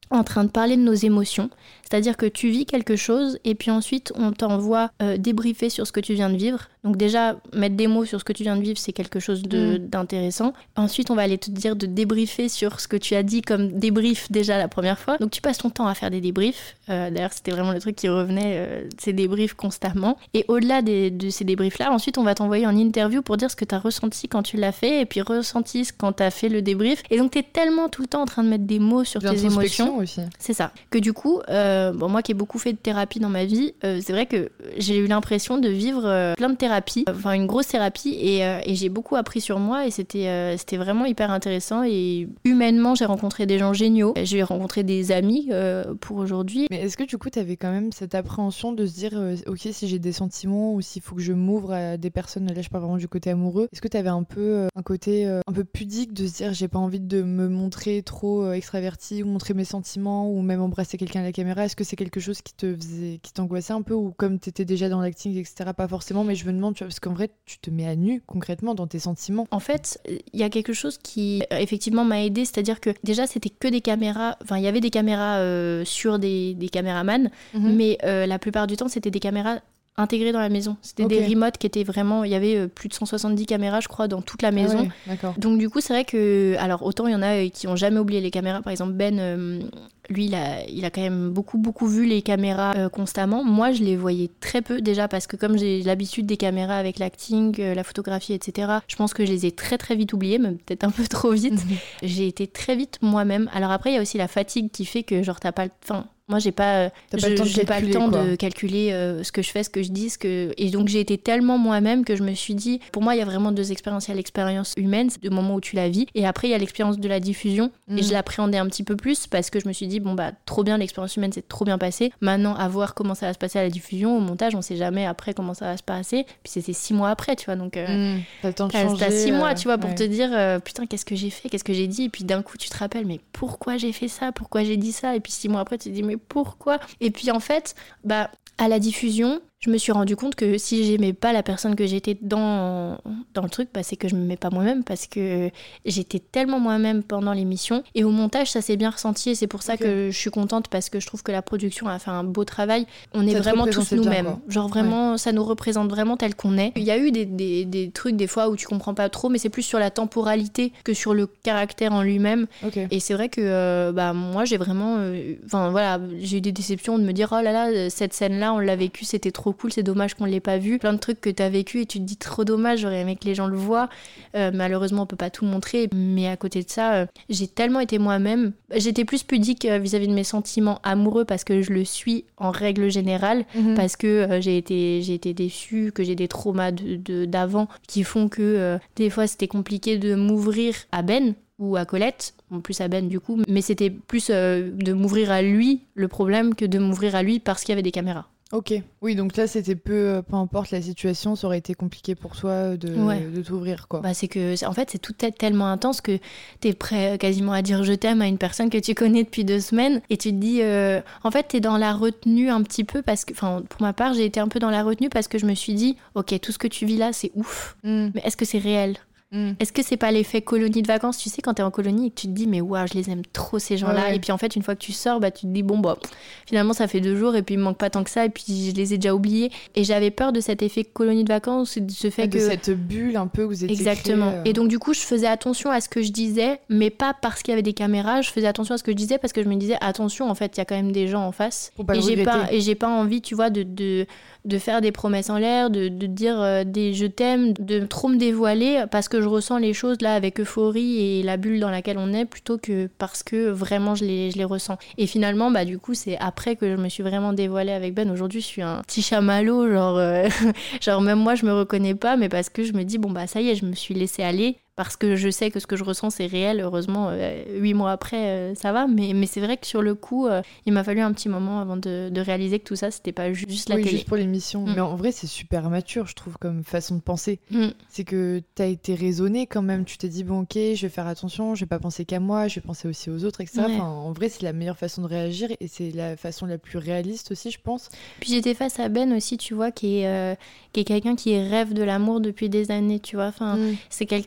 en train de parler de nos émotions. C'est-à-dire que tu vis quelque chose et puis ensuite on t'envoie euh, débriefer sur ce que tu viens de vivre. Donc déjà, mettre des mots sur ce que tu viens de vivre, c'est quelque chose de, mmh. d'intéressant. Ensuite, on va aller te dire de débriefer sur ce que tu as dit comme débrief déjà la première fois. Donc tu passes ton temps à faire des débriefs. Euh, d'ailleurs, c'était vraiment le truc qui revenait, euh, ces débriefs constamment. Et au-delà des, de ces débriefs-là, ensuite, on va t'envoyer en interview pour dire ce que tu as ressenti quand tu l'as fait et puis ressenti quand tu as fait le débrief. Et donc, tu es tellement tout le temps en train de mettre des mots sur tes émotions. Aussi. C'est ça. Que du coup, euh, bon, moi qui ai beaucoup fait de thérapie dans ma vie, euh, c'est vrai que j'ai eu l'impression de vivre euh, plein de thérapie, enfin une grosse thérapie, et, euh, et j'ai beaucoup appris sur moi et c'était, euh, c'était vraiment hyper intéressant. Et humainement, j'ai rencontré des gens géniaux, j'ai rencontré des amis euh, pour aujourd'hui. Mais est-ce que du coup, tu avais quand même cette appréhension de se dire, euh, ok, si j'ai des sentiments ou s'il faut que je m'ouvre à des personnes, là je parle vraiment du côté amoureux, est-ce que tu avais un peu euh, un côté euh, un peu pudique de se dire, j'ai pas envie de me montrer trop euh, extraverti ou montrer mes sentiments ou même embrasser quelqu'un à la caméra? Est-ce que c'est quelque chose qui te faisait, qui t'angoissait un peu, ou comme t'étais déjà dans l'acting, et cetera, pas forcément, mais je me demande, tu vois, parce qu'en vrai, tu te mets à nu concrètement dans tes sentiments. En fait, il y a quelque chose qui euh, effectivement m'a aidée, c'est-à-dire que déjà c'était que des caméras, enfin il y avait des caméras euh, sur des, des caméramans, mm-hmm. mais euh, la plupart du temps c'était des caméras intégrées dans la maison. C'était okay. des remotes qui étaient vraiment... Il y avait euh, plus de cent soixante-dix caméras, je crois, dans toute la maison. Ah ouais, d'accord. Donc du coup, c'est vrai que... Alors, autant il y en a euh, qui n'ont jamais oublié les caméras. Par exemple, Ben, euh, lui, il a, il a quand même beaucoup, beaucoup vu les caméras euh, constamment. Moi, je les voyais très peu, déjà, parce que comme j'ai l'habitude des caméras avec l'acting, euh, la photographie, et cetera, je pense que je les ai très, très vite oubliées, même peut-être un peu trop vite. J'ai été très vite moi-même. Alors après, il y a aussi la fatigue qui fait que, genre, t'as pas le... Enfin, moi, j'ai pas, T'as je, pas le temps, de, j'ai calculer, pas le temps quoi. de calculer euh, ce que je fais, ce que je dis, ce que... Et donc, j'ai été tellement moi-même que je me suis dit... Pour moi, il y a vraiment deux expériences. Il y a l'expérience humaine, c'est le moment où tu la vis. Et après, il y a l'expérience de la diffusion. Mmh. Et je l'appréhendais un petit peu plus parce que je me suis dit, bon, bah, trop bien, l'expérience humaine, c'est trop bien passé. Maintenant, à voir comment ça va se passer à la diffusion, au montage, on sait jamais après comment ça va se passer. Puis c'était six mois après, tu vois. Donc, euh, mmh. T'as le temps de t'as, changer. T'as six mois, euh, tu vois, pour ouais. te dire, euh, putain, qu'est-ce que j'ai fait, qu'est-ce que j'ai dit. Et puis d'un coup, tu te rappelles, mais pourquoi j'ai fait ça, pourquoi j'ai dit ça. Et puis six mois après, tu te dis, mais pourquoi. Et puis en fait, bah, à la diffusion, je me suis rendu compte que si j'aimais pas la personne que j'étais dans, dans le truc, bah, c'est que je m'aimais pas moi-même, parce que j'étais tellement moi-même pendant l'émission. Et au montage, ça s'est bien ressenti, et c'est pour ça okay. que je suis contente, parce que je trouve que la production a fait un beau travail. On est ça vraiment tous nous-mêmes. Bien, Genre vraiment, ouais. ça nous représente vraiment tel qu'on est. Il y a eu des, des, des trucs des fois où tu comprends pas trop, mais c'est plus sur la temporalité que sur le caractère en lui-même. Okay. Et c'est vrai que euh, bah, moi, j'ai vraiment... Enfin euh, voilà, j'ai eu des déceptions de me dire, oh là là, cette scène-là, on l'a vécue, c'était trop cool, c'est dommage qu'on l'ait pas vu. Plein de trucs que t'as vécu et tu te dis trop dommage, j'aurais aimé que les gens le voient. Euh, malheureusement, on peut pas tout montrer. Mais à côté de ça, euh, j'ai tellement été moi-même. J'étais plus pudique euh, vis-à-vis de mes sentiments amoureux parce que je le suis en règle générale, mm-hmm. parce que euh, j'ai été, j'ai été déçue, que j'ai des traumas de, de, d'avant qui font que euh, des fois c'était compliqué de m'ouvrir à Ben ou à Colette, en plus à Ben du coup, mais c'était plus euh, de m'ouvrir à lui le problème que de m'ouvrir à lui parce qu'il y avait des caméras. Ok, oui, donc là c'était peu, peu importe la situation, ça aurait été compliqué pour toi de, ouais. de t'ouvrir, quoi. Bah c'est que, en fait, c'est tout tellement intense que t'es prêt quasiment à dire je t'aime à une personne que tu connais depuis deux semaines et tu te dis, euh, en fait, t'es dans la retenue un petit peu parce que, enfin, pour ma part, j'ai été un peu dans la retenue parce que je me suis dit, ok, tout ce que tu vis là, c'est ouf, mm. mais est-ce que c'est réel ? Mm. Est-ce que c'est pas l'effet colonie de vacances, tu sais, quand t'es en colonie et que tu te dis mais waouh, je les aime trop ces gens-là, ouais. Et puis en fait une fois que tu sors, bah tu te dis bon bah finalement ça fait deux jours et puis il me manque pas tant que ça et puis je les ai déjà oubliés. Et j'avais peur de cet effet colonie de vacances, de ce fait de que de cette bulle un peu où vous étiez exactement créé, euh... et donc du coup je faisais attention à ce que je disais, mais pas parce qu'il y avait des caméras, je faisais attention à ce que je disais parce que je me disais attention, en fait il y a quand même des gens en face et j'ai pas et j'ai pas envie, tu vois, de de de faire des promesses en l'air, de, de dire euh, des je t'aime, de trop me dévoiler parce que je ressens les choses là avec euphorie et la bulle dans laquelle on est plutôt que parce que vraiment je les, je les ressens. Et finalement, bah du coup, c'est après que je me suis vraiment dévoilée avec Ben. Aujourd'hui, je suis un petit chamallow, genre, euh, genre même moi, je me reconnais pas, mais parce que je me dis, bon bah ça y est, je me suis laissée aller. Parce que je sais que ce que je ressens, c'est réel. Heureusement, euh, huit mois après, euh, ça va. Mais, mais c'est vrai que sur le coup, euh, il m'a fallu un petit moment avant de, de réaliser que tout ça, c'était pas juste la oui, télé. juste pour l'émission. Mm. Mais en vrai, c'est super mature, je trouve, comme façon de penser. Mm. C'est que t'as été raisonnée quand même. Tu t'es dit, bon, ok, je vais faire attention, je vais pas penser qu'à moi, je vais penser aussi aux autres, et cetera. Ouais. Enfin, en vrai, c'est la meilleure façon de réagir et c'est la façon la plus réaliste aussi, je pense. Puis j'étais face à Ben aussi, tu vois, qui est, euh, qui est quelqu'un qui rêve de l'amour depuis des années, tu vois. Enfin, mm. c'est quelqu'un qui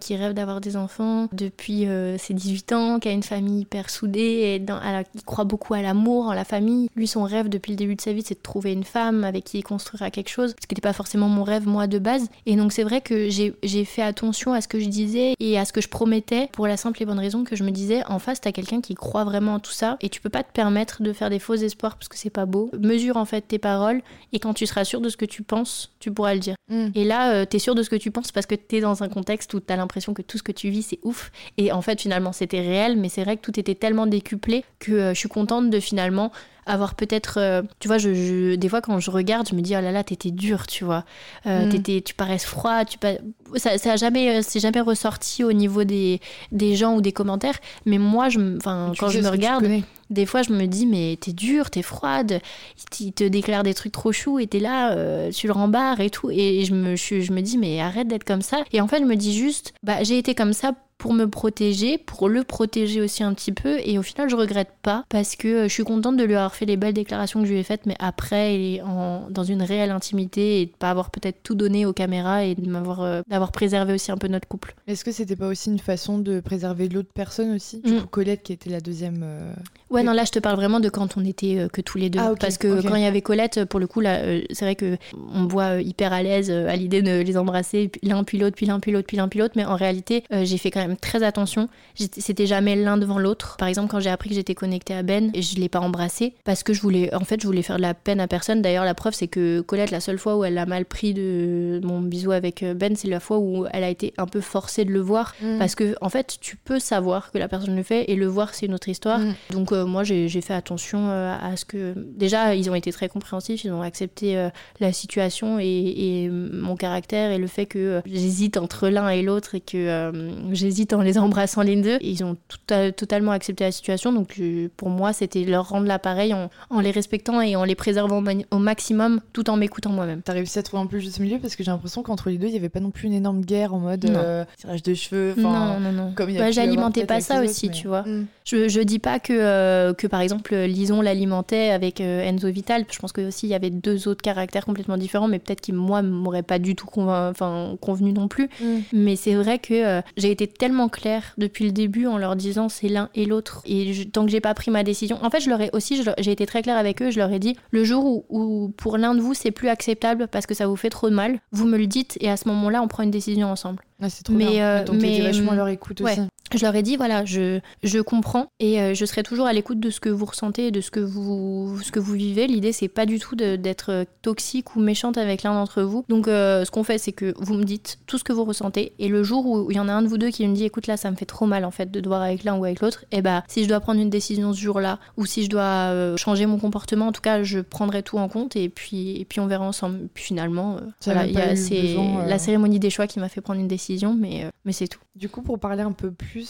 qui rêve d'avoir des enfants depuis euh, ses dix-huit ans, qui a une famille hyper soudée, et dans, à, il croit beaucoup à l'amour, en la famille. Lui, son rêve depuis le début de sa vie, c'est de trouver une femme avec qui il construira quelque chose, ce qui n'était pas forcément mon rêve, moi, de base. Et donc, c'est vrai que j'ai, j'ai fait attention à ce que je disais et à ce que je promettais, pour la simple et bonne raison que je me disais, en face, t'as quelqu'un qui croit vraiment en tout ça, et tu peux pas te permettre de faire des faux espoirs parce que c'est pas beau. Mesure, en fait, tes paroles, et quand tu seras sûr de ce que tu penses, tu pourras le dire. Mm. Et là, euh, t'es sûr de ce que tu penses parce que t'es dans un contexte où t'as l'impression que tout ce que tu vis, c'est ouf. Et en fait, finalement, c'était réel, mais c'est vrai que tout était tellement décuplé que euh, je suis contente de finalement avoir peut-être... Euh, tu vois, je, je, des fois, quand je regarde, je me dis, oh là là, t'étais dure, tu vois. Euh, mm. t'étais, tu parais froid, tu pa... ça, ça a jamais, c'est jamais ressorti au niveau des, des gens ou des commentaires. Mais moi, je, quand je me regarde... Des fois, je me dis, mais t'es dure, t'es froide, il te déclare des trucs trop choux et t'es là, euh, tu le rembarres et tout. Et je me, je, je me dis, mais arrête d'être comme ça. Et en fait, je me dis juste, bah, j'ai été comme ça pour me protéger, pour le protéger aussi un petit peu. Et au final, je regrette pas parce que je suis contente de lui avoir fait les belles déclarations que je lui ai faites, mais après, et en, dans une réelle intimité et de pas avoir peut-être tout donné aux caméras et de m'avoir, euh, d'avoir préservé aussi un peu notre couple. Est-ce que c'était pas aussi une façon de préserver l'autre personne aussi ? Du mmh. coup, Colette qui était la deuxième... Euh... Ouais, non, là, je te parle vraiment de quand on était euh, que tous les deux. Ah, okay, parce que okay. quand il y avait Colette, pour le coup, là, euh, c'est vrai qu'on me voit euh, hyper à l'aise euh, à l'idée de les embrasser, l'un puis l'autre, puis l'un puis l'autre, puis l'un puis l'autre. Mais en réalité, euh, j'ai fait quand même très attention. J'étais, c'était jamais l'un devant l'autre. Par exemple, quand j'ai appris que j'étais connectée à Ben, je l'ai pas embrassé parce que je voulais, en fait, je voulais faire de la peine à personne. D'ailleurs, la preuve, c'est que Colette, la seule fois où elle a mal pris de mon bisou avec Ben, c'est la fois où elle a été un peu forcée de le voir. Mmh. Parce que, en fait, tu peux savoir que la personne le fait et le voir, c'est une autre histoire. Mmh. Donc, euh, moi, j'ai, j'ai fait attention à ce que... Déjà, ils ont été très compréhensifs, ils ont accepté euh, la situation et, et mon caractère et le fait que euh, j'hésite entre l'un et l'autre et que euh, j'hésite en les embrassant les deux. Et ils ont tout à, totalement accepté la situation, donc euh, pour moi, c'était leur rendre l'appareil en, en les respectant et en les préservant au maximum, tout en m'écoutant moi-même. T'as réussi à trouver un peu le juste milieu parce que j'ai l'impression qu'entre les deux, il n'y avait pas non plus une énorme guerre en mode euh, tirage de cheveux. Non, non, non. Comme bah, j'alimentais pas ça aussi, autres, mais... tu vois. Mm. Je, je dis pas que, euh, que par exemple, Lison l'alimentait avec euh, Enzo Vital. Je pense que aussi il y avait deux autres caractères complètement différents, mais peut-être qui moi m'auraient pas du tout convain... enfin, convenu non plus. Mm. Mais c'est vrai que euh, j'ai été tellement claire depuis le début en leur disant c'est l'un et l'autre. Et je, tant que j'ai pas pris ma décision, en fait, je leur ai aussi, je leur... j'ai été très claire avec eux. Je leur ai dit le jour où, où pour l'un de vous c'est plus acceptable parce que ça vous fait trop de mal, vous me le dites et à ce moment-là on prend une décision ensemble. Ah, c'est trop mais, bien. Euh, Donc mais vachement à leur écoute ouais. aussi. Je leur ai dit voilà, je, je comprends et euh, je serai toujours à l'écoute de ce que vous ressentez et de ce que vous, ce que vous vivez. L'idée, c'est pas du tout de, d'être toxique ou méchante avec l'un d'entre vous. Donc, euh, ce qu'on fait, c'est que vous me dites tout ce que vous ressentez et le jour où il y en a un de vous deux qui me dit écoute, là, ça me fait trop mal en fait de devoir avec l'un ou avec l'autre, et bah, si je dois prendre une décision ce jour-là ou si je dois euh, changer mon comportement, en tout cas, je prendrai tout en compte et puis, et puis on verra ensemble. Puis finalement, euh, voilà, il y a c'est besoin, euh... la cérémonie des choix qui m'a fait prendre une décision, mais, euh, mais c'est tout. Du coup, pour parler un peu plus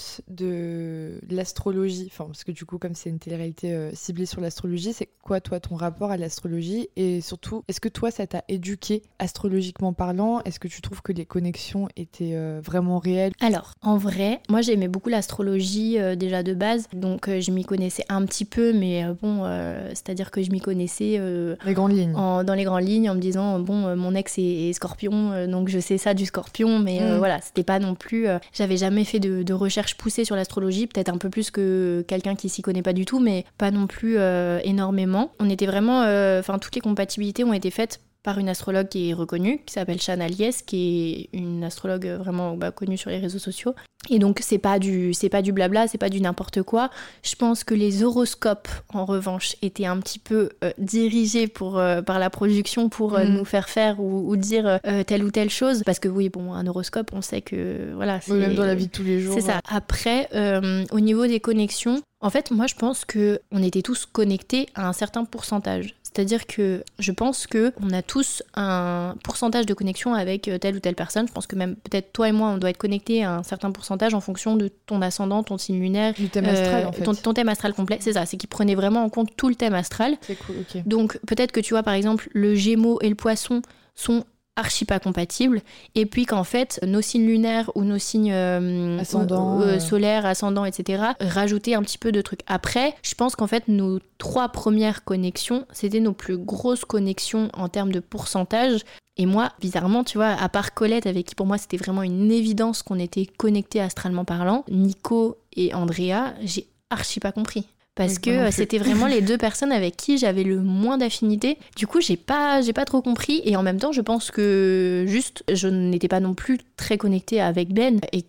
de l'astrologie, enfin parce que du coup comme c'est une télé-réalité euh, ciblée sur l'astrologie, c'est quoi toi ton rapport à l'astrologie et surtout est-ce que toi ça t'a éduqué astrologiquement parlant? Est-ce que tu trouves que les connexions étaient euh, vraiment réelles? Alors en vrai, moi j'aimais beaucoup l'astrologie euh, déjà de base, donc euh, je m'y connaissais un petit peu, mais euh, bon, euh, c'est-à-dire que je m'y connaissais euh, les grandes lignes. En, dans les grandes lignes en me disant bon euh, mon ex est, est Scorpion, euh, donc je sais ça du Scorpion, mais euh, mmh. voilà, c'était pas non plus, euh, j'avais jamais fait de, de recherche poussée sur l'astrologie, peut-être un peu plus que quelqu'un qui s'y connaît pas du tout, mais pas non plus euh, énormément. On était vraiment, enfin euh, toutes les compatibilités ont été faites par une astrologue qui est reconnue, qui s'appelle Chana Lies, qui est une astrologue vraiment bah, connue sur les réseaux sociaux. Et donc c'est pas du c'est pas du blabla, c'est pas du n'importe quoi. Je pense que les horoscopes en revanche étaient un petit peu euh, dirigés pour euh, par la production pour euh, mmh. nous faire faire ou, ou dire euh, telle ou telle chose, parce que oui bon un horoscope on sait que voilà c'est oui, même dans la vie de tous les jours. C'est ça. Après euh, au niveau des connexions, en fait moi je pense que on était tous connectés à un certain pourcentage. C'est-à-dire que je pense qu'on a tous un pourcentage de connexion avec telle ou telle personne. Je pense que même peut-être toi et moi, on doit être connectés à un certain pourcentage en fonction de ton ascendant, ton signe lunaire. Du thème astral, euh, en fait. Ton, ton thème astral complet, c'est ça. C'est qu'il prenait vraiment en compte tout le thème astral. C'est cool, ok. Donc peut-être que tu vois, par exemple, le Gémeaux et le Poisson sont archi pas compatibles, et puis qu'en fait nos signes lunaires ou nos signes euh, ascendant, euh, euh... solaires, ascendants, et cetera rajoutaient un petit peu de trucs. Après, je pense qu'en fait nos trois premières connexions, c'était nos plus grosses connexions en termes de pourcentage. Et moi, bizarrement, tu vois, à part Colette, avec qui pour moi c'était vraiment une évidence qu'on était connectés astralement parlant, Nico et Andrea, j'ai archi pas compris. Parce oui, que c'était vraiment les deux personnes avec qui j'avais le moins d'affinité. Du coup, j'ai pas, j'ai pas trop compris. Et en même temps, je pense que juste, je n'étais pas non plus très connectée avec Ben. Et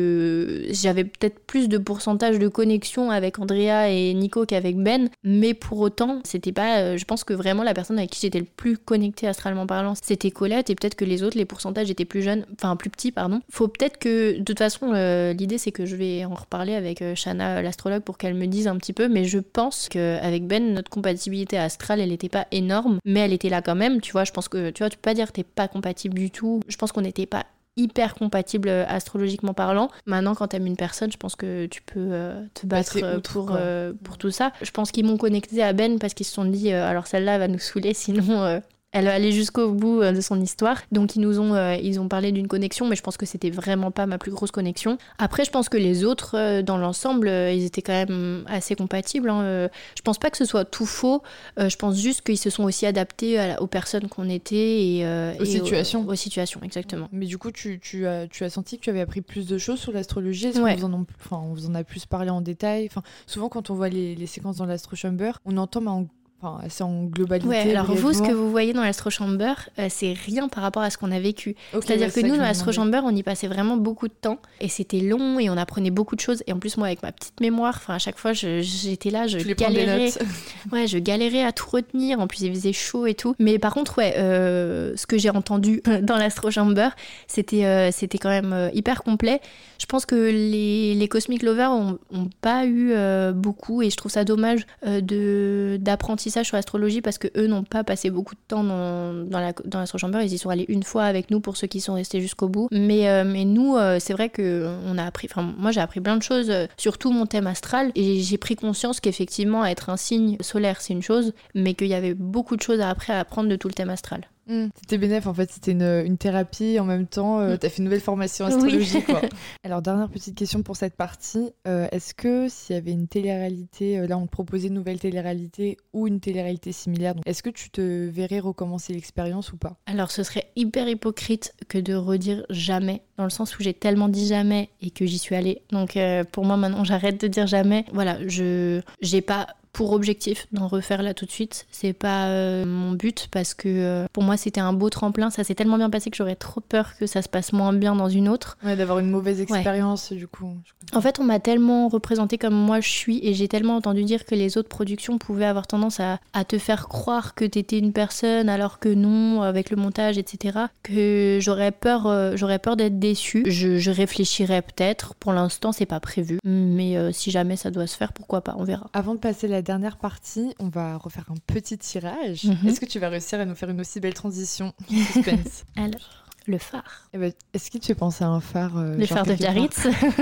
que j'avais peut-être plus de pourcentage de connexion avec Andrea et Nico qu'avec Ben. Mais pour autant, c'était pas... Je pense que vraiment la personne avec qui j'étais le plus connectée astralement parlant, c'était Colette. Et peut-être que les autres, les pourcentages étaient plus jeunes. Enfin, plus petits, pardon. Faut peut-être que... De toute façon, euh, l'idée, c'est que je vais en reparler avec euh, Shana, l'astrologue, pour qu'elle me dise un petit peu. Mais je pense qu'avec Ben, notre compatibilité astrale, elle n'était pas énorme, mais elle était là quand même. Tu vois, je pense que tu vois, tu peux pas dire que t'es pas compatible du tout. Je pense qu'on n'était pas hyper compatible astrologiquement parlant. Maintenant, quand t'aimes une personne, je pense que tu peux euh, te battre bah, outre, pour, euh, pour tout ça. Je pense qu'ils m'ont connecté à Ben parce qu'ils se sont dit euh, alors celle-là elle va nous saouler, sinon... Euh, Elle va aller jusqu'au bout de son histoire. Donc ils nous ont, euh, ils ont parlé d'une connexion, mais je pense que c'était vraiment pas ma plus grosse connexion. Après, je pense que les autres, euh, dans l'ensemble, euh, ils étaient quand même assez compatibles. Hein. Euh, je pense pas que ce soit tout faux. Euh, je pense juste qu'ils se sont aussi adaptés à la, aux personnes qu'on était et, euh, aux et situations. Aux, aux situations, exactement. Mais du coup, tu, tu, as, tu as senti que tu avais appris plus de choses sur l'astrologie. Est-ce ouais. qu'on vous en, enfin, on vous en a plus parlé en détail? Enfin, souvent, quand on voit les, les séquences dans l'Astro Chamber, on entend mais en Enfin, c'est en globalité. Ouais, alors brièvement. vous, ce que vous voyez dans l'Astro Chamber, euh, c'est rien par rapport à ce qu'on a vécu. Okay, C'est-à-dire ouais, que c'est nous, que dans l'Astro Chamber, on y passait vraiment beaucoup de temps. Et c'était long et on apprenait beaucoup de choses. Et en plus, moi, avec ma petite mémoire, enfin, à chaque fois, je, j'étais là, je galérais. Ouais, je galérais à tout retenir. En plus, il faisait chaud et tout. Mais par contre, ouais, euh, ce que j'ai entendu dans l'Astro Chamber, c'était, euh, c'était quand même euh, hyper complet. Je pense que les, les Cosmic Lovers ont, ont pas eu euh, beaucoup. Et je trouve ça dommage euh, de, d'apprentissage sur l'astrologie parce que eux n'ont pas passé beaucoup de temps dans, dans, la, dans l'Astro Chamber. Ils y sont allés une fois avec nous pour ceux qui sont restés jusqu'au bout. Mais, euh, mais nous, euh, c'est vrai qu'on a appris... Enfin, moi, j'ai appris plein de choses, euh, surtout mon thème astral. Et j'ai pris conscience qu'effectivement, être un signe solaire, c'est une chose, mais qu'il y avait beaucoup de choses à, après à apprendre de tout le thème astral. Mmh. C'était bénéf, en fait, c'était une, une thérapie en même temps. Euh, mmh. T'as fait une nouvelle formation astrologie, oui. quoi. Alors, dernière petite question pour cette partie. Euh, est-ce que s'il y avait une télé-réalité, euh, là on te proposait une nouvelle télé-réalité ou une télé-réalité similaire, donc, est-ce que tu te verrais recommencer l'expérience ou pas? Alors, ce serait hyper hypocrite que de redire jamais, dans le sens où j'ai tellement dit jamais et que j'y suis allée. Donc, euh, pour moi, maintenant, j'arrête de dire jamais. Voilà, je j'ai pas... pour objectif d'en refaire là tout de suite. C'est pas euh, mon but parce que euh, pour moi c'était un beau tremplin. Ça s'est tellement bien passé que j'aurais trop peur que ça se passe moins bien dans une autre. Ouais, d'avoir une mauvaise expérience ouais. du coup. En fait, on m'a tellement représenté comme moi je suis et j'ai tellement entendu dire que les autres productions pouvaient avoir tendance à, à te faire croire que t'étais une personne alors que non, avec le montage, et cetera. Que j'aurais peur, euh, j'aurais peur d'être déçue. Je, je réfléchirais peut-être. Pour l'instant, c'est pas prévu. Mais euh, si jamais ça doit se faire, pourquoi pas, on verra. Avant de passer la dernière partie, on va refaire un petit tirage. Mm-hmm. Est-ce que tu vas réussir à nous faire une aussi belle transition? Suspense. Alors, le phare. Eh ben, est-ce qu'il te fait penser à un phare euh, Le phare de Biarritz.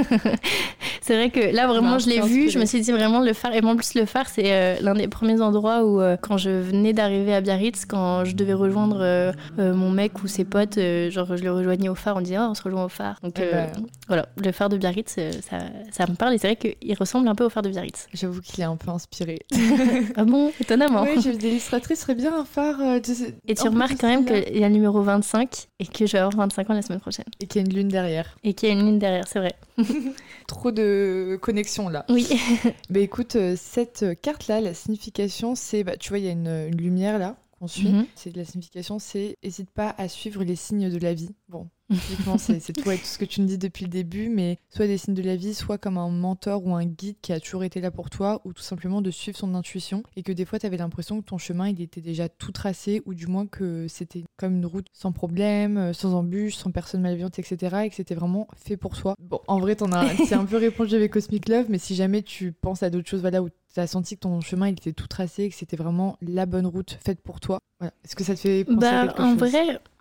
C'est vrai que là, vraiment, bah, je l'ai vu. Je me suis dit vraiment le phare. Et en plus, le phare, c'est euh, l'un des premiers endroits où, euh, quand je venais d'arriver à Biarritz, quand je devais rejoindre euh, euh, mon mec ou ses potes, euh, genre je le rejoignais au phare, on disait oh, on se rejoint au phare. Donc euh, bah... voilà, le phare de Biarritz, euh, ça, ça me parle. Et c'est vrai qu'il ressemble un peu au phare de Biarritz. J'avoue qu'il est un peu inspiré. Ah bon, étonnamment. Oui, j'ai vu des illustratrices, serait bien un phare. Euh, de... Et tu remarques quand même qu'il y a le numéro vingt-cinq et que je vais avoir vingt-cinq ans la semaine prochaine. Et qu'il y a une lune derrière. Et qu'il y a une lune derrière, c'est vrai. Trop de connexions là. Oui. Bah écoute, cette carte-là, la signification, c'est, bah, tu vois, il y a une, une lumière là qu'on suit. Mm-hmm. C'est, la signification, c'est n'hésite pas à suivre les signes de la vie. Bon, typiquement, c'est, c'est tout, tout ce que tu me dis depuis le début, mais soit des signes de la vie, soit comme un mentor ou un guide qui a toujours été là pour toi, ou tout simplement de suivre son intuition, et que des fois, tu avais l'impression que ton chemin, il était déjà tout tracé, ou du moins que c'était comme une route sans problème, sans embûches, sans personne malveillante, et cetera, et que c'était vraiment fait pour toi. Bon, en vrai, t'en as, c'est un peu répondu avec Cosmic Love, mais si jamais tu penses à d'autres choses, voilà, où tu as senti que ton chemin, il était tout tracé, et que c'était vraiment la bonne route faite pour toi, voilà. Est-ce que ça te fait penser bah, à quelque en chose? vrai...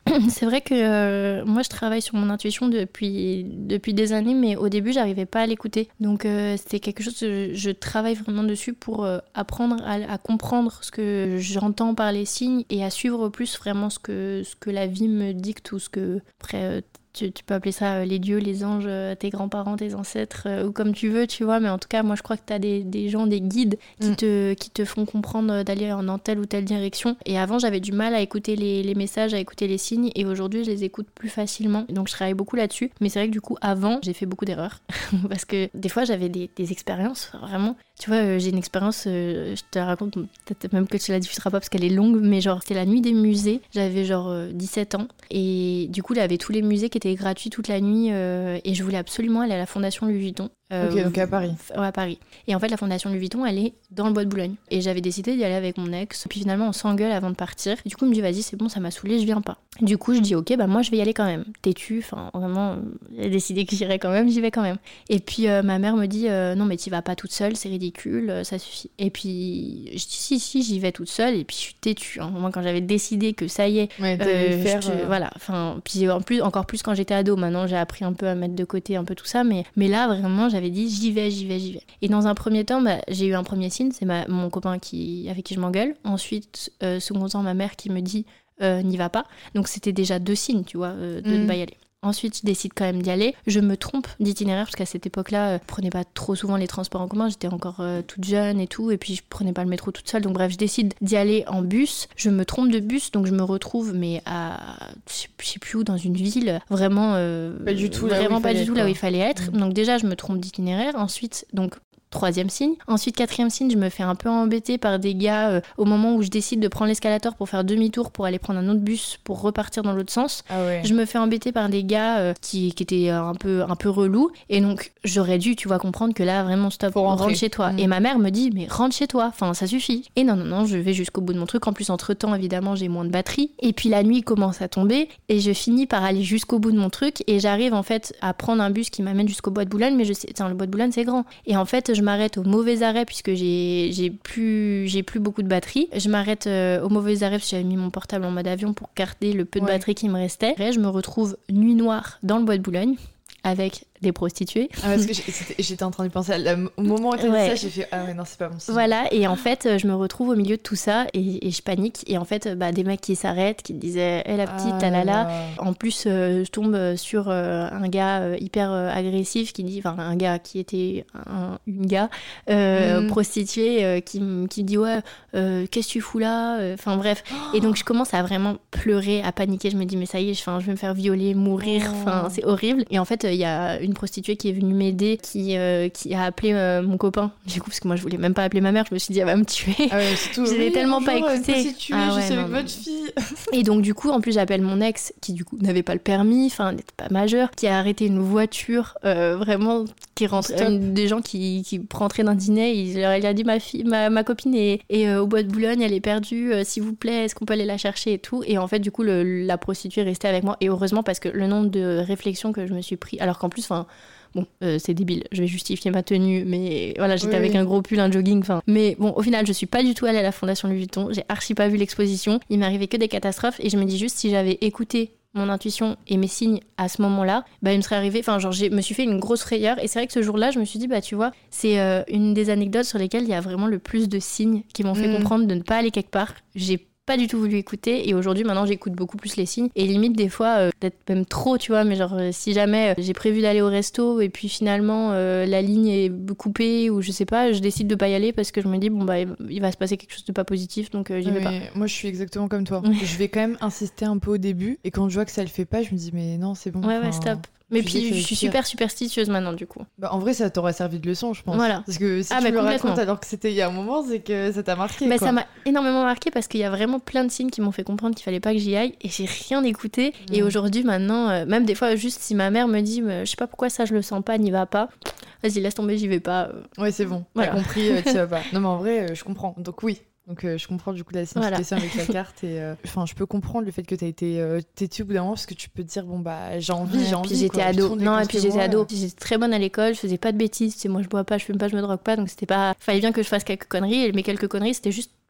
C'est vrai que euh, moi je travaille sur mon intuition depuis, depuis des années, mais au début j'arrivais pas à l'écouter. Donc euh, c'était quelque chose que je, je travaille vraiment dessus pour euh, apprendre à, à comprendre ce que j'entends par les signes et à suivre plus vraiment ce que, ce que la vie me dicte ou ce que... Après, euh, Tu, tu peux appeler ça euh, les dieux, les anges, euh, tes grands-parents, tes ancêtres, euh, ou comme tu veux, tu vois. Mais en tout cas, moi, je crois que tu as des, des gens, des guides qui, mm. te, qui te font comprendre d'aller dans telle ou telle direction. Et avant, j'avais du mal à écouter les, les messages, à écouter les signes. Et aujourd'hui, je les écoute plus facilement. Donc, je travaille beaucoup là-dessus. Mais c'est vrai que du coup, avant, j'ai fait beaucoup d'erreurs. Parce que des fois, j'avais des, des expériences, vraiment. Tu vois, euh, j'ai une expérience, euh, je te la raconte, peut-être même que tu la diffuseras pas parce qu'elle est longue, mais genre, c'était la nuit des musées. J'avais genre euh, dix-sept ans. Et du coup, il y avait tous les musées qui étaient gratuits toute la nuit. Euh, et je voulais absolument aller à la Fondation Louis Vuitton. Euh, ok, donc à Paris. Ouais, à Paris. Et en fait, la Fondation Louis Vuitton, elle est dans le bois de Boulogne. Et j'avais décidé d'y aller avec mon ex. Puis finalement, on s'engueule avant de partir. Et du coup, il me dit, vas-y, c'est bon, ça m'a saoulée, je viens pas. Du coup, je dis, ok, bah moi, je vais y aller quand même. Têtu, enfin, vraiment, j'ai décidé que j'irais quand même, j'y vais quand même. Et puis, euh, ma mère me dit, euh, non, mais t'y vas pas toute seule, c'est ridicule, euh, ça suffit. Et puis, je dis, si, si, j'y vais toute seule. Et puis, je suis têtue. Hein. Moi, quand j'avais décidé que ça y est, ouais, euh, faire, je te, euh... voilà. Enfin, puis en plus, encore plus quand j'étais ado. Maintenant, j'ai appris un peu à mettre de côté un peu tout ça. Mais, mais là, vraiment, j'avais dit, j'y vais, j'y vais, j'y vais. Et dans un premier temps, bah, j'ai eu un premier signe, c'est ma, mon copain qui, avec qui je m'engueule. Ensuite, euh, second temps, ma mère qui me dit, euh, n'y va pas. Donc c'était déjà deux signes, tu vois, euh, de ne mmh. pas y aller. Ensuite, je décide quand même d'y aller. Je me trompe d'itinéraire parce qu'à cette époque-là, euh, je prenais pas trop souvent les transports en commun. J'étais encore euh, toute jeune et tout. Et puis, je prenais pas le métro toute seule. Donc bref, je décide d'y aller en bus. Je me trompe de bus. Donc je me retrouve, mais à, je sais plus où, dans une ville. Vraiment, euh, pas du tout, vraiment là, où pas du tout être, là où il fallait être. Mmh. Donc déjà, je me trompe d'itinéraire. Ensuite, donc... Troisième signe. Ensuite, quatrième signe, je me fais un peu embêter par des gars euh, au moment où je décide de prendre l'escalator pour faire demi-tour pour aller prendre un autre bus pour repartir dans l'autre sens. Ah ouais. Je me fais embêter par des gars euh, qui, qui étaient un peu, un peu relous. Et donc, j'aurais dû, tu vois, comprendre que là, vraiment, stop, rentre chez toi. Mmh. Et ma mère me dit, mais rentre chez toi. Enfin, ça suffit. Et non, non, non, je vais jusqu'au bout de mon truc. En plus, entre-temps, évidemment, j'ai moins de batterie. Et puis, la nuit commence à tomber. Et je finis par aller jusqu'au bout de mon truc. Et j'arrive, en fait, à prendre un bus qui m'amène jusqu'au bois de Boulogne. Mais je sais, tiens, le bois de Boulogne, c'est grand. Et en fait, je m'arrête au mauvais arrêt puisque j'ai, j'ai, plus, j'ai plus beaucoup de batterie. Je m'arrête euh, au mauvais arrêt parce que j'avais mis mon portable en mode avion pour garder le peu de ouais. batterie qui me restait. Après, je me retrouve nuit noire dans le bois de Boulogne avec des prostituées. Ah, parce que j'étais en train de penser, à la, au moment où tu as ouais. dit ça, j'ai fait ah ouais, non, c'est pas bon. Voilà, et en fait, je me retrouve au milieu de tout ça et, et je panique. Et en fait, bah, des mecs qui s'arrêtent, qui disaient hé hey, la petite, ah là là. En plus, euh, je tombe sur euh, un gars euh, hyper euh, agressif qui dit, enfin, un gars qui était un, une gars euh, mm. prostituée euh, qui, qui dit ouais, euh, qu'est-ce que tu fous là? Enfin, bref. Oh. Et donc, je commence à vraiment pleurer, à paniquer. Je me dis, mais ça y est, je, je vais me faire violer, mourir. Enfin, oh. c'est horrible. Et en fait, il y a une prostituée qui est venue m'aider, qui, euh, qui a appelé euh, mon copain, du coup, parce que moi je voulais même pas appeler ma mère, je me suis dit elle va me tuer. Ah ouais, c'est tout. Je l'ai oui, tellement bonjour, pas écouté. Ah ah ouais, je suis non, avec non. votre fille. Et donc du coup, en plus j'appelle mon ex, qui du coup n'avait pas le permis, enfin n'était pas majeur, qui a arrêté une voiture, euh, vraiment, qui rentrait, une, des gens qui, qui rentraient d'un dîner, il leur il a dit ma fille, ma, ma copine est, est euh, au bois de Boulogne, elle est perdue, euh, s'il vous plaît, est-ce qu'on peut aller la chercher et tout. Et en fait, du coup, le, la prostituée est restée avec moi, et heureusement parce que le nombre de réflexions que je me suis pris, alors qu'en plus, enfin. Bon, euh, c'est débile, je vais justifier ma tenue, mais voilà, j'étais oui, avec oui. un gros pull, un jogging, enfin. Mais bon, au final, je suis pas du tout allée à la Fondation Louis Vuitton, j'ai archi pas vu l'exposition, il m'arrivait que des catastrophes, et je me dis juste, si j'avais écouté mon intuition et mes signes à ce moment-là, bah, il me serait arrivé, enfin, genre, je me suis fait une grosse frayeur, et c'est vrai que ce jour-là, je me suis dit, bah, tu vois, c'est euh, une des anecdotes sur lesquelles il y a vraiment le plus de signes qui m'ont fait mmh. comprendre de ne pas aller quelque part. J'ai pas du tout voulu écouter, et aujourd'hui maintenant j'écoute beaucoup plus les signes, et limite des fois euh, peut-être même trop, tu vois, mais genre euh, si jamais euh, j'ai prévu d'aller au resto et puis finalement euh, la ligne est coupée ou je sais pas, je décide de pas y aller parce que je me dis bon bah il va se passer quelque chose de pas positif, donc euh, j'y vais mais pas. Moi je suis exactement comme toi. Je vais quand même insister un peu au début, et quand je vois que ça le fait pas, je me dis mais non c'est bon. Ouais ouais stop. Mais puis je suis super superstitieuse maintenant du coup. Bah, en vrai ça t'aurait servi de leçon je pense. Voilà. Parce que si ah, tu bah, me le racontes alors que c'était il y a un moment, c'est que ça t'a marqué. Bah, quoi. Ça m'a énormément marqué parce qu'il y a vraiment plein de signes qui m'ont fait comprendre qu'il fallait pas que j'y aille, et j'ai rien écouté. Mmh. Et aujourd'hui maintenant, euh, même des fois juste si ma mère me dit je sais pas pourquoi ça je le sens pas, n'y va pas. Vas-y laisse tomber, j'y vais pas. Euh... Ouais c'est bon, voilà. T'as compris, euh, t'y vas pas. Non mais en vrai euh, je comprends, donc oui. Donc euh, je comprends du coup la signification voilà. avec la carte, et enfin euh, je peux comprendre le fait que t'as été euh, têtue au bout d'un moment parce que tu peux te dire bon bah j'ai envie, ouais, j'ai envie. Puis j'étais quoi. ado. Non et puis j'étais moi, ado. euh... J'étais très bonne à l'école, je faisais pas de bêtises. Tu sais, moi je bois pas, je fume pas, je me drogue pas, donc c'était pas. Fallait bien que je fasse quelques conneries, mais quelques conneries c'était juste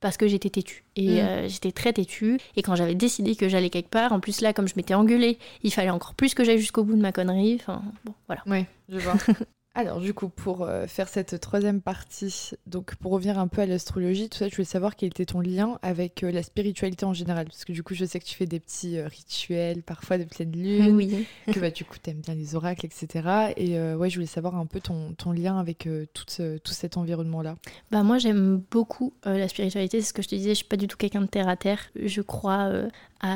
parce que j'étais têtue. Et mmh. euh, j'étais très têtue. Et quand j'avais décidé que j'allais quelque part, en plus là, comme je m'étais engueulée, il fallait encore plus que j'aille jusqu'au bout de ma connerie. Enfin, bon, voilà. Oui, je vois. Alors du coup, pour euh, faire cette troisième partie, donc pour revenir un peu à l'astrologie, tout ça, je voulais savoir quel était ton lien avec euh, la spiritualité en général. Parce que du coup, je sais que tu fais des petits euh, rituels, parfois de pleine lune, oui. que bah, du coup, t'aimes bien les oracles, et cetera. Et euh, ouais, je voulais savoir un peu ton, ton lien avec euh, tout, ce, tout cet environnement-là. Bah moi, j'aime beaucoup euh, la spiritualité. C'est ce que je te disais, je suis pas du tout quelqu'un de terre à terre. Je crois euh,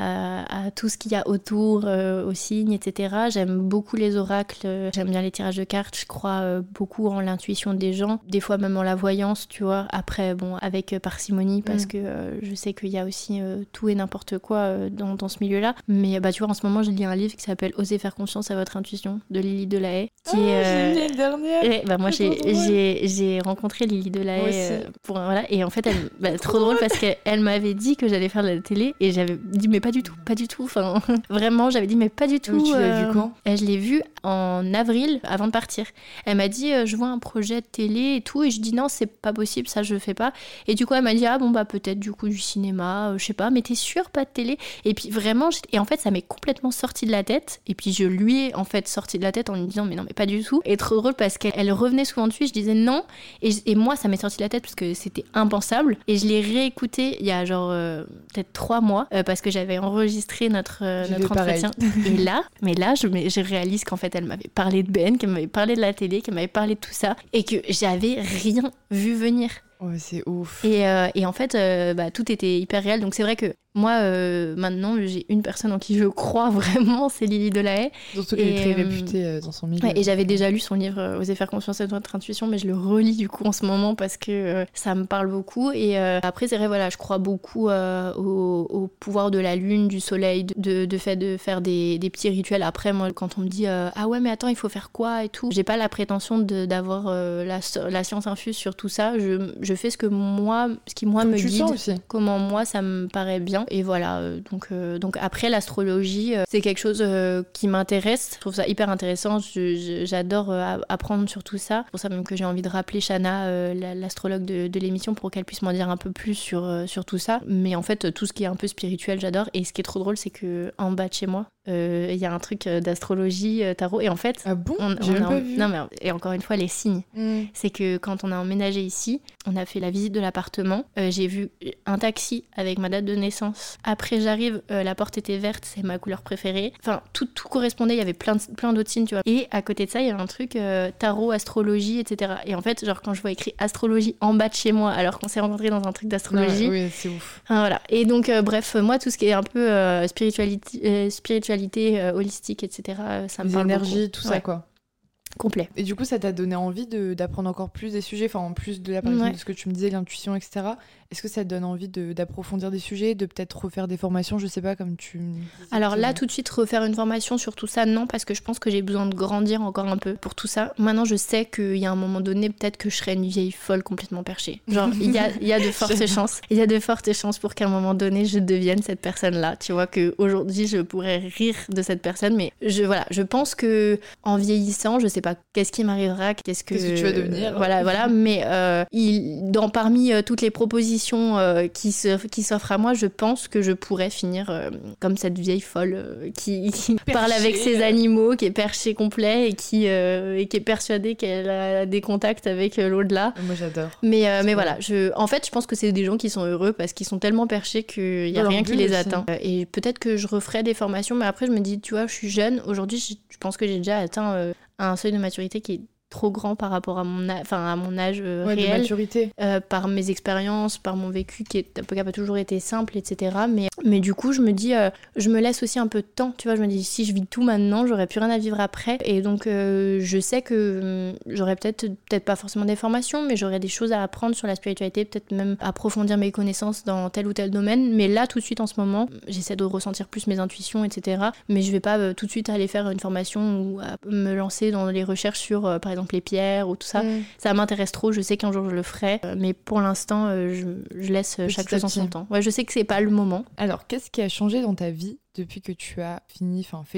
à, à tout ce qu'il y a autour, euh, aux signes, et cetera. J'aime beaucoup les oracles, j'aime bien les tirages de cartes, je crois euh, beaucoup en l'intuition des gens, des fois même en la voyance, tu vois. Après, bon, avec euh, parcimonie, parce mmh. que euh, je sais qu'il y a aussi euh, tout et n'importe quoi euh, dans, dans ce milieu-là. Mais bah tu vois, en ce moment, je lis un livre qui s'appelle « Osez faire confiance à votre intuition » de Lily Delahaye. Qui oh, est, euh... j'ai lu l'année dernière. Et, bah, moi, j'ai, j'ai, j'ai rencontré Lily Delahaye euh, pour voilà, et en fait, elle, bah, trop, trop drôle parce qu'elle m'avait dit que j'allais faire de la télé et j'avais dit mais pas du tout, pas du tout. Enfin, vraiment, j'avais dit mais pas du tout. Mais tu l'as euh... vu quand ? Et je l'ai vue en avril, avant de partir. Elle m'a dit euh, je vois un projet de télé et tout, et je dis non, c'est pas possible, ça je fais pas. Et du coup, elle m'a dit ah bon bah peut-être du coup du cinéma, euh, je sais pas, mais t'es sûre pas de télé ? Et puis vraiment, et en fait, ça m'est complètement sorti de la tête. Et puis je lui ai en fait sorti de la tête en lui disant mais non mais pas du tout. Et trop drôle parce qu'elle elle revenait souvent dessus, je disais non, et, et moi ça m'est sorti de la tête parce que c'était impensable. Et je l'ai réécouté il y a genre euh, peut-être trois mois euh, parce que j'avais enregistré notre euh, notre entretien. Et là, mais là je, je réalise qu'en fait elle m'avait parlé de Ben, qu'elle m'avait parlé de la télé, qu'elle m'avait parlé de tout ça et que j'avais rien vu venir. Ouais, c'est ouf. Et, euh, et en fait, euh, bah, tout était hyper réel. Donc c'est vrai que moi, euh, maintenant, j'ai une personne en qui je crois vraiment, c'est Lily Delahaye. Surtout qu'elle est très réputée euh, dans son milieu. Ouais, et j'avais déjà lu son livre euh, « Osez faire confiance à votre intuition », mais je le relis du coup en ce moment parce que euh, ça me parle beaucoup. Et euh, après, c'est vrai, voilà, je crois beaucoup euh, au, au pouvoir de la lune, du soleil, de, de fait de faire des, des petits rituels. Après, moi, quand on me dit euh, « Ah ouais, mais attends, il faut faire quoi ?» et tout, j'ai pas la prétention de, d'avoir euh, la, la science infuse sur tout ça. Je, je fais ce que moi, ce qui moi Comme me tu guide, sens aussi. Comment moi ça me paraît bien. Et voilà, euh, donc, euh, donc après l'astrologie, euh, c'est quelque chose euh, qui m'intéresse. Je trouve ça hyper intéressant, je, je, j'adore euh, apprendre sur tout ça. C'est pour ça même que j'ai envie de rappeler Chana, euh, la, l'astrologue de, de l'émission, pour qu'elle puisse m'en dire un peu plus sur, euh, sur tout ça. Mais en fait, tout ce qui est un peu spirituel, j'adore. Et ce qui est trop drôle, c'est qu'en bas de chez moi, il euh, y a un truc d'astrologie, euh, tarot. Et en fait, ah bon on, j'ai on même a, pas vu. Non, mais, et encore une fois, les signes. Mm. C'est que quand on a emménagé ici, on a fait la visite de l'appartement. Euh, j'ai vu un taxi avec ma date de naissance. Après, j'arrive, euh, la porte était verte, c'est ma couleur préférée. Enfin, tout, tout correspondait, il y avait plein, de, plein d'autres signes, tu vois. Et à côté de ça, il y avait un truc euh, tarot, astrologie, et cetera. Et en fait, genre, quand je vois écrit astrologie en bas de chez moi, alors qu'on s'est rencontrés dans un truc d'astrologie. Ouais, oui, c'est ouf. Enfin, voilà. Et donc, euh, bref, moi, tout ce qui est un peu euh, spiritualité, euh, spiritualité euh, holistique, et cetera, ça me les parle beaucoup. Les énergies, tout ça, ouais. Quoi. Complet. Et du coup, ça t'a donné envie de, d'apprendre encore plus des sujets, enfin en plus de la par exemple, ouais. de ce que tu me disais, l'intuition, et cetera. Est-ce que ça te donne envie de, d'approfondir des sujets, de peut-être refaire des formations, je sais pas, comme tu me disais. Alors là, tout de suite, refaire une formation sur tout ça, non, parce que je pense que j'ai besoin de grandir encore un peu pour tout ça. Maintenant, je sais qu'il y a un moment donné, peut-être que je serai une vieille folle complètement perchée. Genre, il y a, il y a de fortes chances. Il y a de fortes chances pour qu'à un moment donné, je devienne cette personne-là. Tu vois, qu'aujourd'hui, je pourrais rire de cette personne, mais je, voilà, je pense que en vieillissant, je sais pas qu'est-ce qui m'arrivera, qu'est-ce que, qu'est-ce que tu vas devenir. Voilà, voilà, mais euh, il, dans, parmi euh, toutes les propositions Euh, qui, se, qui s'offre à moi, je pense que je pourrais finir euh, comme cette vieille folle euh, qui, qui parle avec ses animaux, qui est perchée complet et qui, euh, et qui est persuadée qu'elle a des contacts avec euh, l'au-delà. Moi j'adore. Mais, euh, mais voilà, je, en fait je pense que c'est des gens qui sont heureux parce qu'ils sont tellement perchés qu'il n'y a rien qui les atteint. Et peut-être que je referai des formations, mais après je me dis, tu vois, je suis jeune, aujourd'hui je, je pense que j'ai déjà atteint euh, un seuil de maturité qui est trop grand par rapport à mon, a... enfin, à mon âge euh, ouais, réel, de maturité. Euh, par mes expériences, par mon vécu qui n'a pas toujours été simple, et cetera. Mais, mais du coup, je me dis, euh, je me laisse aussi un peu de temps, tu vois, je me dis, si je vis tout maintenant, j'aurais plus rien à vivre après. Et donc, euh, je sais que euh, j'aurais peut-être, peut-être pas forcément des formations, mais j'aurais des choses à apprendre sur la spiritualité, peut-être même approfondir mes connaissances dans tel ou tel domaine. Mais là, tout de suite, en ce moment, j'essaie de ressentir plus mes intuitions, et cetera. Mais je vais pas euh, tout de suite aller faire une formation ou à me lancer dans les recherches sur, euh, par exemple, les pierres ou tout ça. Mm. Ça m'intéresse trop, je sais qu'un jour je le ferai, euh, mais pour l'instant, euh, je, je laisse Petit chaque chose en son temps. Ouais, je sais que c'est pas le moment. Alors, qu'est-ce qui a changé dans ta vie depuis que tu as fini, enfin, fait l'émission ?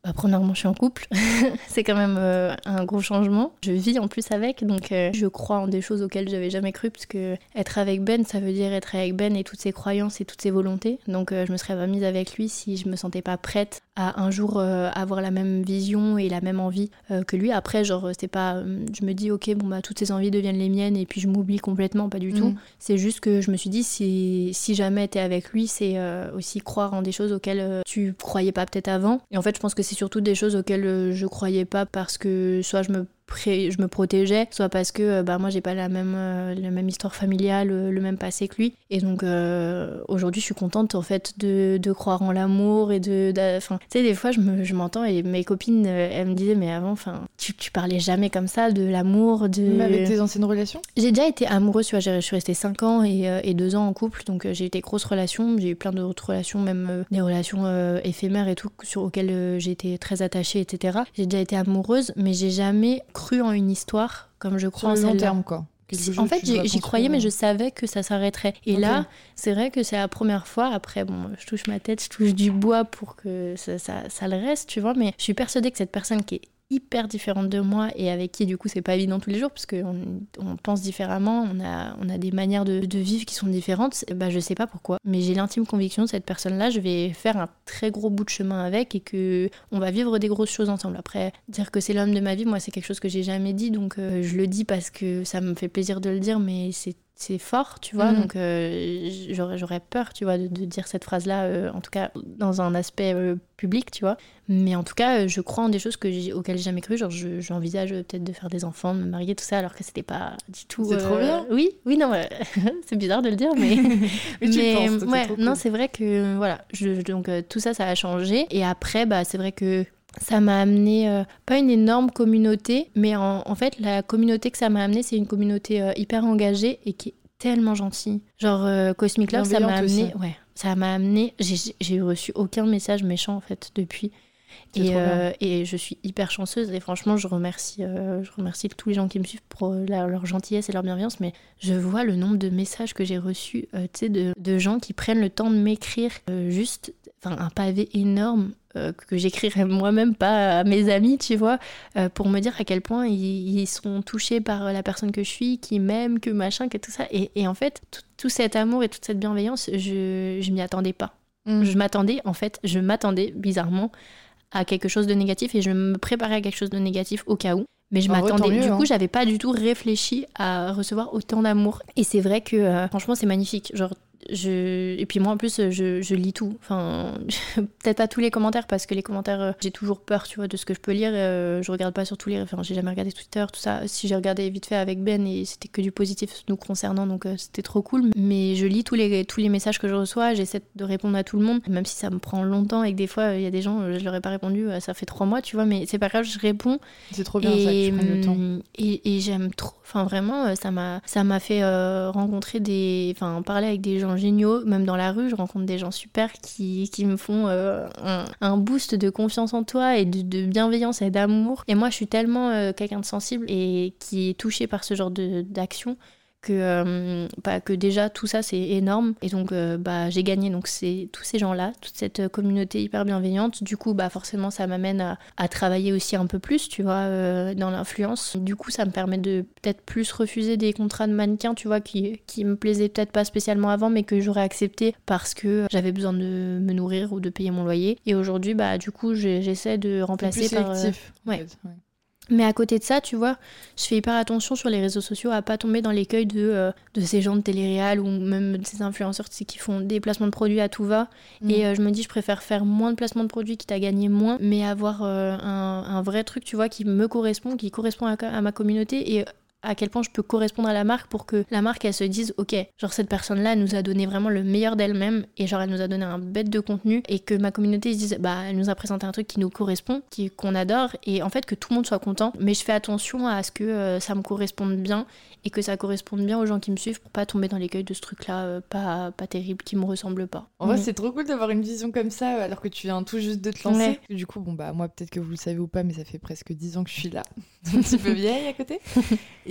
Bah, premièrement, je suis en couple. C'est quand même euh, un gros changement. Je vis en plus avec, donc euh, je crois en des choses auxquelles j'avais jamais cru, parce que être avec Ben, ça veut dire être avec Ben et toutes ses croyances et toutes ses volontés. Donc euh, je me serais pas mise avec lui si je me sentais pas prête à un jour euh, avoir la même vision et la même envie euh, que lui. Après, genre, c'est pas, euh, je me dis, ok, bon bah toutes ces envies deviennent les miennes et puis je m'oublie complètement, pas du Mmh. tout. C'est juste que je me suis dit, si, si jamais t'es avec lui, c'est euh, aussi croire en des choses auxquelles euh, tu croyais pas peut-être avant. Et en fait, je pense que c'est surtout des choses auxquelles euh, je croyais pas parce que soit je me pré- je me protégeais, soit parce que euh, bah moi j'ai pas la même euh, la même histoire familiale, euh, le même passé que lui. Et donc euh, aujourd'hui, je suis contente en fait de, de croire en l'amour et de enfin tu sais, des fois je me je m'entends et mes copines euh, elles me disaient mais avant enfin tu tu parlais jamais comme ça de l'amour, de Même avec tes anciennes relations? J'ai déjà été amoureuse, tu vois, j'ai- je suis restée cinq ans et, euh, et deux ans en couple, donc euh, j'ai eu des grosses relations, j'ai eu plein d'autres relations, même euh, des relations euh, éphémères et tout, sur, auxquelles euh, j'ai été très attachée, et cetera. J'ai déjà été amoureuse, mais j'ai jamais cru en une histoire comme je crois Sur le en long celle-là. terme, quoi. Quelque chose En que fait, tu dois j'y j'y croyais, construire, mais je euh. savais que ça s'arrêterait. Et Ok. là, c'est vrai que c'est la première fois, après, bon, je touche ma tête, je touche du bois pour que ça, ça, ça le reste, tu vois, mais je suis persuadée que cette personne qui est hyper différente de moi et avec qui du coup c'est pas évident tous les jours parce qu'on on pense différemment, on a, on a des manières de, de vivre qui sont différentes, bah, je sais pas pourquoi, mais j'ai l'intime conviction que cette personne-là, je vais faire un très gros bout de chemin avec et que on va vivre des grosses choses ensemble. Après, dire que c'est l'homme de ma vie, moi c'est quelque chose que j'ai jamais dit, donc euh, je le dis parce que ça me fait plaisir de le dire, mais c'est c'est fort, tu vois, Mhm. donc euh, j'aurais, j'aurais peur, tu vois, de, de dire cette phrase-là, euh, en tout cas dans un aspect euh, public, tu vois. Mais en tout cas, euh, je crois en des choses que j'ai, auxquelles j'ai jamais cru, genre je- j'envisage euh, peut-être de faire des enfants, de me marier, tout ça, alors que c'était pas du tout... C'est trop bien. Oui, oui, non, ouais. C'est bizarre de le dire, mais... Mais tu y mais penses, donc c'est ouais, trop non, cool. c'est vrai que, voilà, je, donc euh, tout ça, ça a changé. Et après, bah, c'est vrai que ça m'a amené, euh, pas une énorme communauté, mais en, en fait, la communauté que ça m'a amené, c'est une communauté euh, hyper engagée et qui est tellement gentille. Genre, euh, Cosmic Love, ça m'a Bienveillante amené... aussi. Ouais, ça m'a amené... J'ai, j'ai reçu aucun message méchant, en fait, depuis. C'est Et, trop bien. euh, et je suis hyper chanceuse et franchement je remercie, euh, je remercie tous les gens qui me suivent pour euh, la- leur gentillesse et leur bienveillance, mais je vois le nombre de messages que j'ai reçus euh, tu sais, de, de gens qui prennent le temps de m'écrire euh, juste enfin, un pavé énorme euh, que j'écrirais moi-même pas à mes amis, tu vois, euh, pour me dire à quel point ils, ils sont touchés par la personne que je suis, qui m'aiment, que machin, que tout ça. Et, et en fait, tout, tout cet amour et toute cette bienveillance, je, je m'y attendais pas. Mm. Je m'attendais, en fait, je m'attendais bizarrement à quelque chose de négatif et je me préparais à quelque chose de négatif au cas où. Mais je En vrai, tant m'attendais. mieux, Du coup, hein. j'avais pas du tout réfléchi à recevoir autant d'amour. Et c'est vrai que, euh, franchement, c'est magnifique. Genre, je... Et puis moi, en plus, je, je lis tout. Enfin, peut-être pas tous les commentaires parce que les commentaires, euh, j'ai toujours peur, tu vois, de ce que je peux lire. Euh, je regarde pas sur tous les. Enfin, j'ai jamais regardé Twitter, tout ça. Si j'ai regardé vite fait avec Ben et c'était que du positif nous concernant, donc euh, c'était trop cool. Mais je lis tous les, tous les messages que je reçois. J'essaie de répondre à tout le monde, même si ça me prend longtemps et que des fois, il y a des gens, euh, je leur ai pas répondu, euh, ça fait trois mois, tu vois, mais c'est pas grave, je réponds. C'est trop bien ça, que Et, tu prennes le temps. hum, et, et j'aime trop. Enfin, vraiment, euh, ça m'a, ça m'a fait euh, rencontrer des. Enfin, parler avec des gens géniaux. Même dans la rue, je rencontre des gens super qui, qui me font euh, un, un boost de confiance en toi et de, de bienveillance et d'amour. Et moi, je suis tellement euh, quelqu'un de sensible et qui est touchée par ce genre de, d'action. Que, euh, bah, que déjà tout ça c'est énorme et donc euh, bah, j'ai gagné donc c'est tous ces gens là, toute cette euh, communauté hyper bienveillante. Du coup bah forcément ça m'amène à, à travailler aussi un peu plus, tu vois, euh, dans l'influence. Du coup ça me permet de peut-être plus refuser des contrats de mannequin, tu vois, qui, qui me plaisaient peut-être pas spécialement avant mais que j'aurais accepté parce que j'avais besoin de me nourrir ou de payer mon loyer. Et aujourd'hui bah du coup j'ai- j'essaie de C'est remplacer plus par... euh, sélectif. en ouais. fait, ouais. Mais à côté de ça, tu vois, je fais hyper attention sur les réseaux sociaux à pas tomber dans l'écueil de, euh, de ces gens de télé-réal ou même de ces influenceurs tu sais, qui font des placements de produits à tout va. Mm. Et euh, je me dis, je préfère faire moins de placements de produits quitte à gagner moins, mais avoir euh, un, un vrai truc, tu vois, qui me correspond, qui correspond à, à ma communauté et à quel point je peux correspondre à la marque pour que la marque elle se dise ok, genre cette personne là elle nous a donné vraiment le meilleur d'elle-même et genre elle nous a donné un bête de contenu et que ma communauté se dise bah elle nous a présenté un truc qui nous correspond, qui, qu'on adore et en fait que tout le monde soit content. Mais je fais attention à ce que euh, ça me corresponde bien et que ça corresponde bien aux gens qui me suivent pour pas tomber dans l'écueil de ce truc là euh, pas, pas terrible qui me ressemble pas. En vrai, Mm. c'est trop cool d'avoir une vision comme ça alors que tu viens tout juste de te lancer. Ouais. Du coup, bon bah moi peut-être que vous le savez ou pas, mais ça fait presque dix ans que je suis là, un petit peu vieille à côté. Et,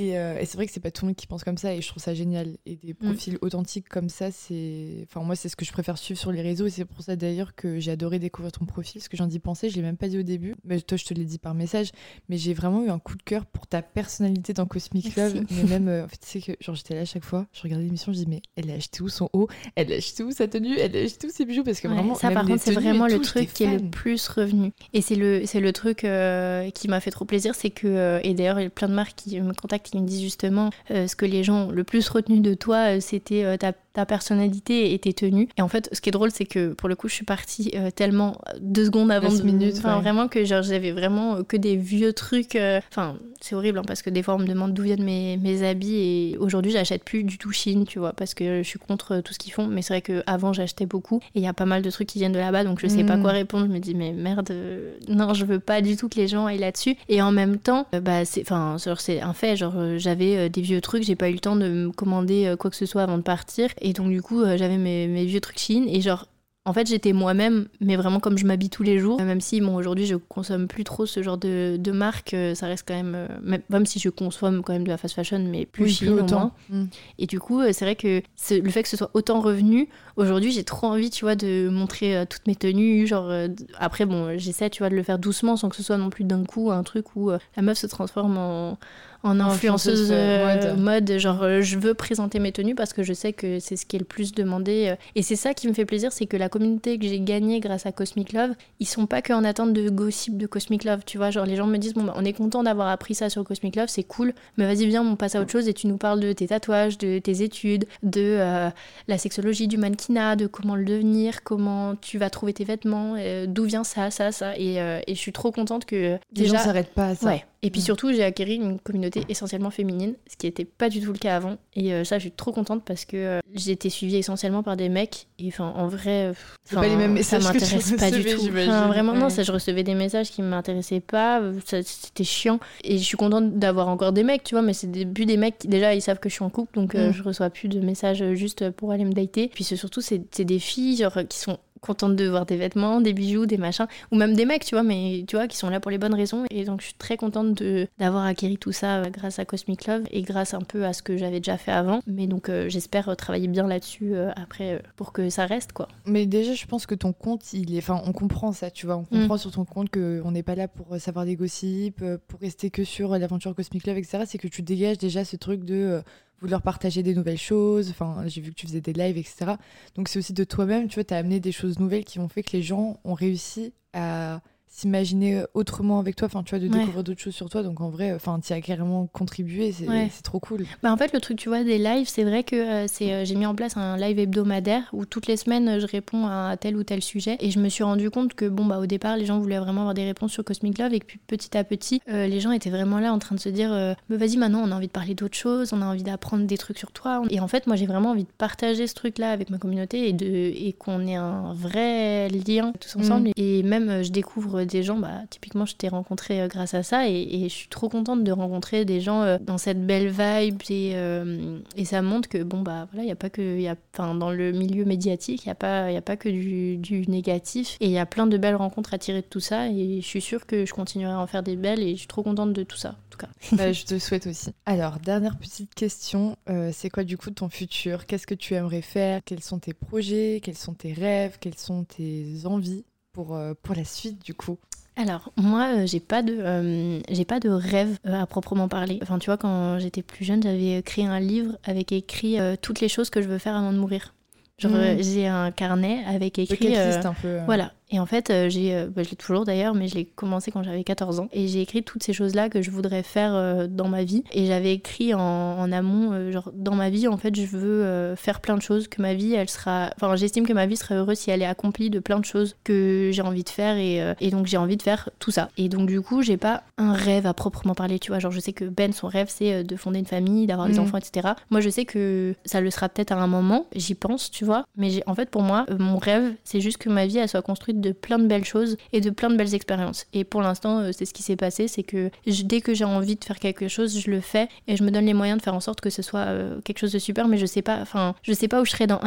Et, euh, et c'est vrai que c'est pas tout le monde qui pense comme ça et je trouve ça génial. Et des profils mmh. authentiques comme ça, c'est... Enfin, moi, c'est ce que je préfère suivre sur les réseaux et c'est pour ça d'ailleurs que j'ai adoré découvrir ton profil, parce que j'en ai pensé, je l'ai même pas dit au début, mais toi, je te l'ai dit par message, mais j'ai vraiment eu un coup de cœur pour ta personnalité dans Cosmic Love. Mais même, euh, en fait, tu sais que genre, j'étais là à chaque fois, je regardais l'émission, je dis mais elle a acheté où son haut, elle a acheté où sa tenue, elle a acheté où ses bijoux, parce que ouais, vraiment, ça par contre, c'est vraiment le truc qui est le plus revenu. Et c'est le, c'est le truc euh, qui m'a fait trop plaisir, c'est que, euh, et d'ailleurs, il y a plein de marques qui me contactent, qui me disent justement euh, ce que les gens ont le plus retenu de toi, euh, c'était euh, ta, ta personnalité et tes tenues. Et en fait, ce qui est drôle, c'est que pour le coup, je suis partie euh, tellement deux secondes avant de minutes, enfin, ouais. Vraiment que genre, j'avais vraiment euh, que des vieux trucs. Enfin, euh, c'est horrible hein, parce que des fois, on me demande d'où viennent mes, mes habits et aujourd'hui, j'achète plus du tout Shein, tu vois, parce que je suis contre tout ce qu'ils font. Mais c'est vrai qu'avant, j'achetais beaucoup et il y a pas mal de trucs qui viennent de là-bas, donc je sais mmh. pas quoi répondre. Je me dis, mais merde, euh, non, je veux pas du tout que les gens aillent là-dessus. Et en même temps, euh, bah, c'est, enfin, c'est un fait, genre, euh, j'avais euh, des vieux trucs, j'ai pas eu le temps de me commander euh, quoi que ce soit avant de partir. Et donc, du coup, euh, j'avais mes, mes vieux trucs Shein et genre, en fait, j'étais moi-même, mais vraiment comme je m'habille tous les jours. Même si, bon, aujourd'hui, je consomme plus trop ce genre de, de marque, ça reste quand même, même... Même si je consomme quand même de la fast fashion, mais plus Shein au moins. Mm. Et du coup, c'est vrai que le fait que ce soit autant revenu, aujourd'hui, j'ai trop envie, tu vois, de montrer euh, toutes mes tenues. Genre, euh, après, bon, j'essaie, tu vois, de le faire doucement, sans que ce soit non plus d'un coup un truc où euh, la meuf se transforme en... en influenceuse euh, mode. mode, genre euh, je veux présenter mes tenues parce que je sais que c'est ce qui est le plus demandé. Euh, et c'est ça qui me fait plaisir, c'est que la communauté que j'ai gagnée grâce à Cosmic Love, ils sont pas qu'en attente de gossip de Cosmic Love, tu vois, genre les gens me disent bon bah on est content d'avoir appris ça sur Cosmic Love, c'est cool, mais vas-y viens on passe à autre chose et tu nous parles de tes tatouages, de tes études, de euh, la sexologie du mannequinat, de comment le devenir, comment tu vas trouver tes vêtements, euh, d'où vient ça, ça, ça. Et, euh, et je suis trop contente que les déjà... gens s'arrêtent pas à ça. Ouais. Et puis surtout, j'ai acquis une communauté essentiellement féminine, ce qui n'était pas du tout le cas avant. Et euh, ça, je suis trop contente parce que euh, j'ai été suivie essentiellement par des mecs. Et enfin, en vrai, c'est pas les mêmes messages ça m'intéresse que tu pas recevais, du tout. Enfin, vraiment, ouais. non, ça, je recevais des messages qui m'intéressaient pas. Ça, c'était chiant. Et je suis contente d'avoir encore des mecs, tu vois, mais c'est des, plus des mecs qui, déjà, ils savent que je suis en couple, donc euh, mm. je reçois plus de messages juste pour aller me dater. Puis c'est surtout, c'est, c'est des filles genre, qui sont contente de voir des vêtements, des bijoux, des machins, ou même des mecs, tu vois, mais tu vois, qui sont là pour les bonnes raisons. Et donc, je suis très contente de, d'avoir acquis tout ça euh, grâce à Cosmic Love et grâce un peu à ce que j'avais déjà fait avant. Mais donc, euh, j'espère euh, travailler bien là-dessus euh, après euh, pour que ça reste, quoi. Mais déjà, je pense que ton compte, il est... Enfin, on comprend ça, tu vois. On comprend mm. sur ton compte qu'on n'est pas là pour savoir des gossips, pour rester que sur l'aventure Cosmic Love, et cetera. C'est que tu dégages déjà ce truc de... Euh, vouloir partager des nouvelles choses, enfin j'ai vu que tu faisais des lives, et cetera. Donc c'est aussi de toi-même, tu vois, t'as amené des choses nouvelles qui ont fait que les gens ont réussi à s'imaginer autrement avec toi, enfin tu vois, de ouais. découvrir d'autres choses sur toi, donc en vrai, enfin t'y as carrément contribué, c'est, ouais. c'est trop cool. Bah en fait le truc, tu vois, des lives, c'est vrai que euh, c'est, euh, j'ai mis en place un live hebdomadaire où toutes les semaines je réponds à tel ou tel sujet et je me suis rendu compte que bon bah au départ les gens voulaient vraiment avoir des réponses sur Cosmic Love et que puis petit à petit euh, les gens étaient vraiment là en train de se dire euh, bah, vas-y maintenant on a envie de parler d'autres choses, on a envie d'apprendre des trucs sur toi et en fait moi j'ai vraiment envie de partager ce truc là avec ma communauté et, de, et qu'on ait un vrai lien tous ensemble mmh. et même euh, je découvre des gens, bah typiquement je t'ai rencontré euh, grâce à ça et, et je suis trop contente de rencontrer des gens euh, dans cette belle vibe et, euh, et ça montre que bon bah voilà il y a pas que y a, enfin, dans le milieu médiatique il y a pas il y a pas que du, du négatif et il y a plein de belles rencontres à tirer de tout ça et je suis sûre que je continuerai à en faire des belles et je suis trop contente de tout ça en tout cas. Bah, je te souhaite aussi. Alors dernière petite question, euh, c'est quoi du coup ton futur? Qu'est-ce que tu aimerais faire? Quels sont tes projets? Quels sont tes rêves? Quelles sont tes envies pour, euh, pour la suite du coup? Alors, moi, euh, j'ai pas de, euh, j'ai pas de rêve euh, à proprement parler. Enfin, tu vois, quand j'étais plus jeune, j'avais créé un livre avec écrit euh, toutes les choses que je veux faire avant de mourir. Genre, mmh. euh, j'ai un carnet avec écrit... Euh, un peu, euh... Voilà. Et en fait, euh, j'ai, euh, bah, je l'ai toujours d'ailleurs, mais je l'ai commencé quand j'avais quatorze ans. Et j'ai écrit toutes ces choses-là que je voudrais faire euh, dans ma vie. Et j'avais écrit en, en amont, euh, genre, dans ma vie, en fait, je veux euh, faire plein de choses, que ma vie, elle sera... Enfin, j'estime que ma vie serait heureuse si elle est accomplie de plein de choses que j'ai envie de faire. Et, euh, et donc, j'ai envie de faire tout ça. Et donc, du coup, j'ai pas un rêve à proprement parler, tu vois. Genre, je sais que Ben, son rêve, c'est de fonder une famille, d'avoir mmh. des enfants, et cetera. Moi, je sais que ça le sera peut-être à un moment. J'y pense, tu vois. Mais j'ai... en fait, pour moi, euh, mon rêve, c'est juste que ma vie, elle soit construite de plein de belles choses et de plein de belles expériences. Et pour l'instant, euh, c'est ce qui s'est passé, c'est que je, dès que j'ai envie de faire quelque chose, je le fais et je me donne les moyens de faire en sorte que ce soit euh, quelque chose de super, mais je sais pas, enfin, je sais pas où je serai dans un an,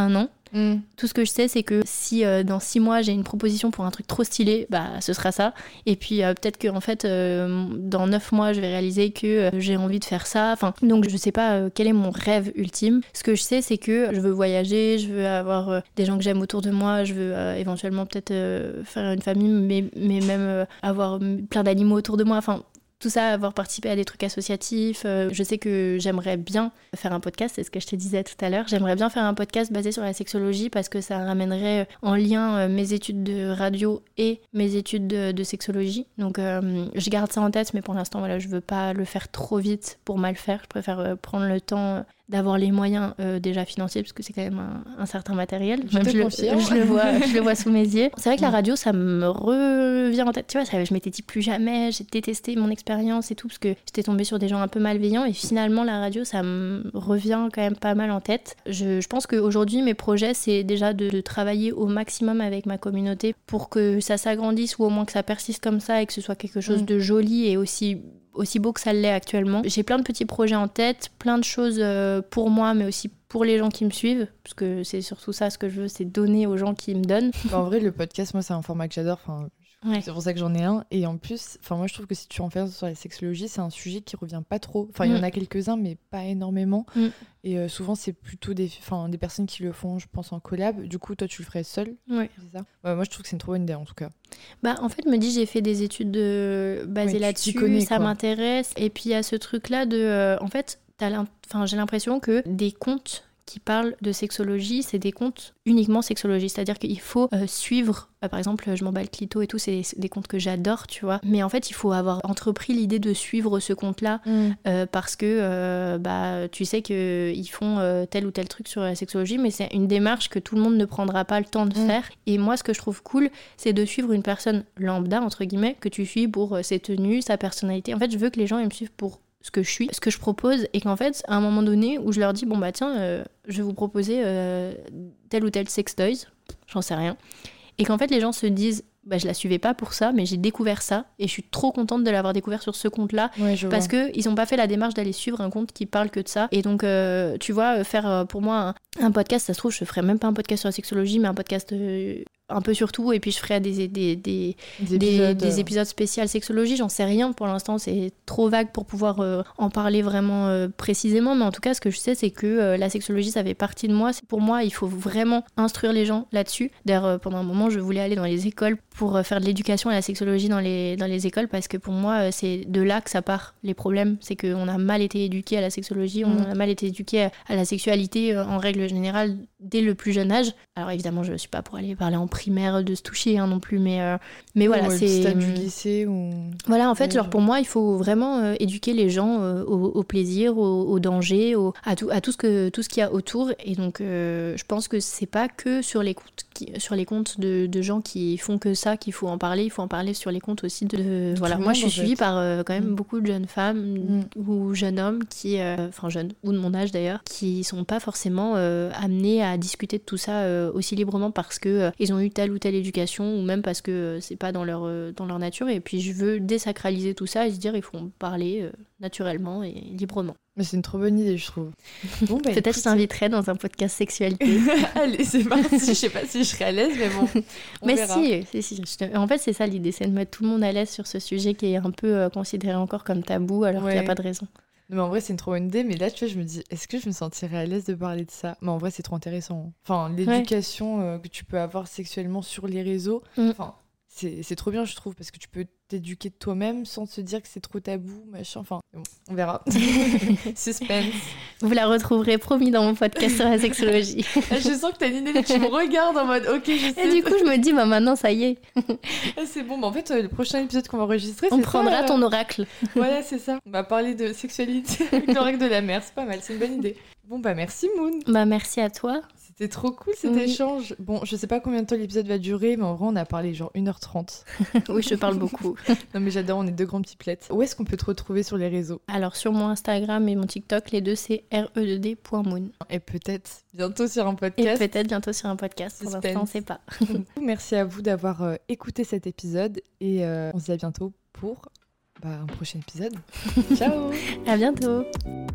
Mm. Tout ce que je sais, c'est que si euh, dans six mois j'ai une proposition pour un truc trop stylé, bah ce sera ça. Et puis euh, peut-être que en fait euh, dans neuf mois je vais réaliser que euh, j'ai envie de faire ça. Enfin, donc je sais pas euh, quel est mon rêve ultime. Ce que je sais, c'est que je veux voyager, je veux avoir euh, des gens que j'aime autour de moi, je veux euh, éventuellement peut-être euh, faire une famille, mais, mais même euh, avoir plein d'animaux autour de moi. Enfin, tout ça, avoir participé à des trucs associatifs. Euh, je sais que j'aimerais bien faire un podcast, c'est ce que je te disais tout à l'heure. J'aimerais bien faire un podcast basé sur la sexologie parce que ça ramènerait en lien euh, mes études de radio et mes études de, de sexologie. Donc euh, je garde ça en tête, mais pour l'instant, voilà, je veux pas le faire trop vite pour mal faire. Je préfère euh, prendre le temps d'avoir les moyens euh, déjà financiers parce que c'est quand même un, un certain matériel. Je, Même te je, le, je, le vois, je le vois sous mes yeux. C'est vrai que la Ouais. radio, ça me revient en tête. Tu vois, ça, je m'étais dit plus jamais, j'ai détesté mon expérience et tout parce que j'étais tombée sur des gens un peu malveillants et finalement la radio, ça me revient quand même pas mal en tête. Je, je pense qu'aujourd'hui, mes projets, c'est déjà de, de travailler au maximum avec ma communauté pour que ça s'agrandisse ou au moins que ça persiste comme ça et que ce soit quelque chose mmh. de joli et aussi... aussi beau que ça l'est actuellement. J'ai plein de petits projets en tête, plein de choses pour moi, mais aussi pour les gens qui me suivent, parce que c'est surtout ça ce que je veux, c'est donner aux gens qui me donnent. En vrai, le podcast, moi, c'est un format que j'adore. Enfin, ouais. C'est pour ça que j'en ai un. Et en plus, enfin, moi, je trouve que si tu en fais sur la sexologie, c'est un sujet qui revient pas trop. Enfin, il mm. y en a quelques-uns, mais pas énormément. Mm. Et euh, souvent, c'est plutôt des, enfin, des personnes qui le font, je pense, en collab. Du coup, toi, tu le ferais seul. Ouais. C'est ça. Ouais, moi, je trouve que c'est une trop bonne idée, en tout cas. Bah, en fait, me dis, j'ai fait des études de... basées ouais, là-dessus, connais, ça quoi. M'intéresse. Et puis, il y a ce truc-là de... Euh, en fait, t'as enfin, j'ai l'impression que des comptes qui parlent de sexologie, c'est des comptes uniquement sexologie. C'est-à-dire qu'il faut euh, suivre, euh, par exemple, je m'emballe clito et tout, c'est des, des comptes que j'adore, tu vois. Mais en fait, il faut avoir entrepris l'idée de suivre ce compte-là mm. euh, parce que euh, bah, tu sais qu'ils font euh, tel ou tel truc sur la sexologie, mais c'est une démarche que tout le monde ne prendra pas le temps de mm. faire. Et moi, ce que je trouve cool, c'est de suivre une personne lambda, entre guillemets, que tu suis pour euh, ses tenues, sa personnalité. En fait, je veux que les gens ils me suivent pour ce que je suis, ce que je propose, et qu'en fait, à un moment donné où je leur dis, bon bah tiens, euh, je vais vous proposer euh, tel ou tel sex toys, j'en sais rien, et qu'en fait les gens se disent, bah je la suivais pas pour ça, mais j'ai découvert ça, et je suis trop contente de l'avoir découvert sur ce compte-là, ouais, parce vois. Que ils ont pas fait la démarche d'aller suivre un compte qui parle que de ça, et donc euh, tu vois, faire euh, pour moi un, un podcast, ça se trouve, je ferais même pas un podcast sur la sexologie, mais un podcast... Euh, un peu sur tout, et puis je ferai des, des, des, des, épisodes, des, des épisodes spéciaux sexologie, j'en sais rien pour l'instant, c'est trop vague pour pouvoir euh, en parler vraiment euh, précisément, mais en tout cas ce que je sais c'est que euh, la sexologie ça fait partie de moi, pour moi il faut vraiment instruire les gens là-dessus. D'ailleurs euh, pendant un moment je voulais aller dans les écoles pour euh, faire de l'éducation à la sexologie dans les, dans les écoles, parce que pour moi euh, c'est de là que ça part les problèmes, c'est qu'on a mal été éduqué à la sexologie, mmh. on a mal été éduqué à, à la sexualité euh, en règle générale dès le plus jeune âge. Alors évidemment je suis pas pour aller parler en primaire de se toucher hein, non plus, mais euh, mais voilà, ouais, c'est stade du lycée ou voilà en fait genre pour moi il faut vraiment euh, éduquer les gens euh, au, au plaisir, au, au danger, au, à tout à tout ce que tout ce qu'il y a autour, et donc euh, je pense que c'est pas que sur les comptes qui, sur les comptes de, de gens qui font que ça qu'il faut en parler, il faut en parler sur les comptes aussi de, de voilà, moi je suis suivie par euh, quand même mmh. beaucoup de jeunes femmes mmh. ou jeunes hommes qui euh, enfin jeunes ou de mon âge d'ailleurs, qui sont pas forcément euh, amenés à discuter de tout ça euh, aussi librement parce que euh, ils ont eu telle ou telle éducation, ou même parce que euh, c'est pas dans leur, euh, dans leur nature, et puis je veux désacraliser tout ça et se dire il faut en parler euh, naturellement et librement. Mais c'est une trop bonne idée, je trouve. Bon, bah, peut-être écoute, je t'inviterai dans un podcast sexualité. Allez, c'est parti. Je sais pas si je serai à l'aise, mais bon. Mais si, si, si. Te... En fait, c'est ça l'idée, c'est de mettre tout le monde à l'aise sur ce sujet qui est un peu euh, considéré encore comme tabou, alors ouais. qu'il n'y a pas de raison. Non, mais en vrai, c'est une trop bonne idée. Mais là, tu vois, je me dis, est-ce que je me sentirais à l'aise de parler de ça ? Mais en vrai, c'est trop intéressant. Enfin, l'éducation ouais. euh, que tu peux avoir sexuellement sur les réseaux, mm. enfin, c'est, c'est trop bien, je trouve, parce que tu peux t'éduquer de toi-même sans se dire que c'est trop tabou, machin. Enfin, bon, on verra. Suspense. Vous la retrouverez, promis, dans mon podcast sur la sexologie. Je sens que t'as une idée, tu me regardes en mode, ok, je sais. Et du coup, je me dis, bah maintenant, ça y est. C'est bon, bah en fait, le prochain épisode qu'on va enregistrer, on c'est prendra ça, ton oracle. Voilà, c'est ça. On va parler de sexualité avec l'oracle de la mer, c'est pas mal, c'est une bonne idée. Bon, bah merci Moon. Bah merci à toi. C'était trop cool cet oui. échange. Bon, je sais pas combien de temps l'épisode va durer, mais en vrai, on a parlé genre une heure trente. Oui, je parle beaucoup. Non, mais j'adore, on est deux grands pipelettes. Où est-ce qu'on peut te retrouver sur les réseaux ? Alors, sur mon Instagram et mon TikTok, les deux, c'est r e d d point moon. Et peut-être bientôt sur un podcast. Et peut-être bientôt sur un podcast. Pour l'instant, on sait pas. Merci à vous d'avoir euh, écouté cet épisode et euh, on se dit à bientôt pour bah, un prochain épisode. Ciao ! À bientôt.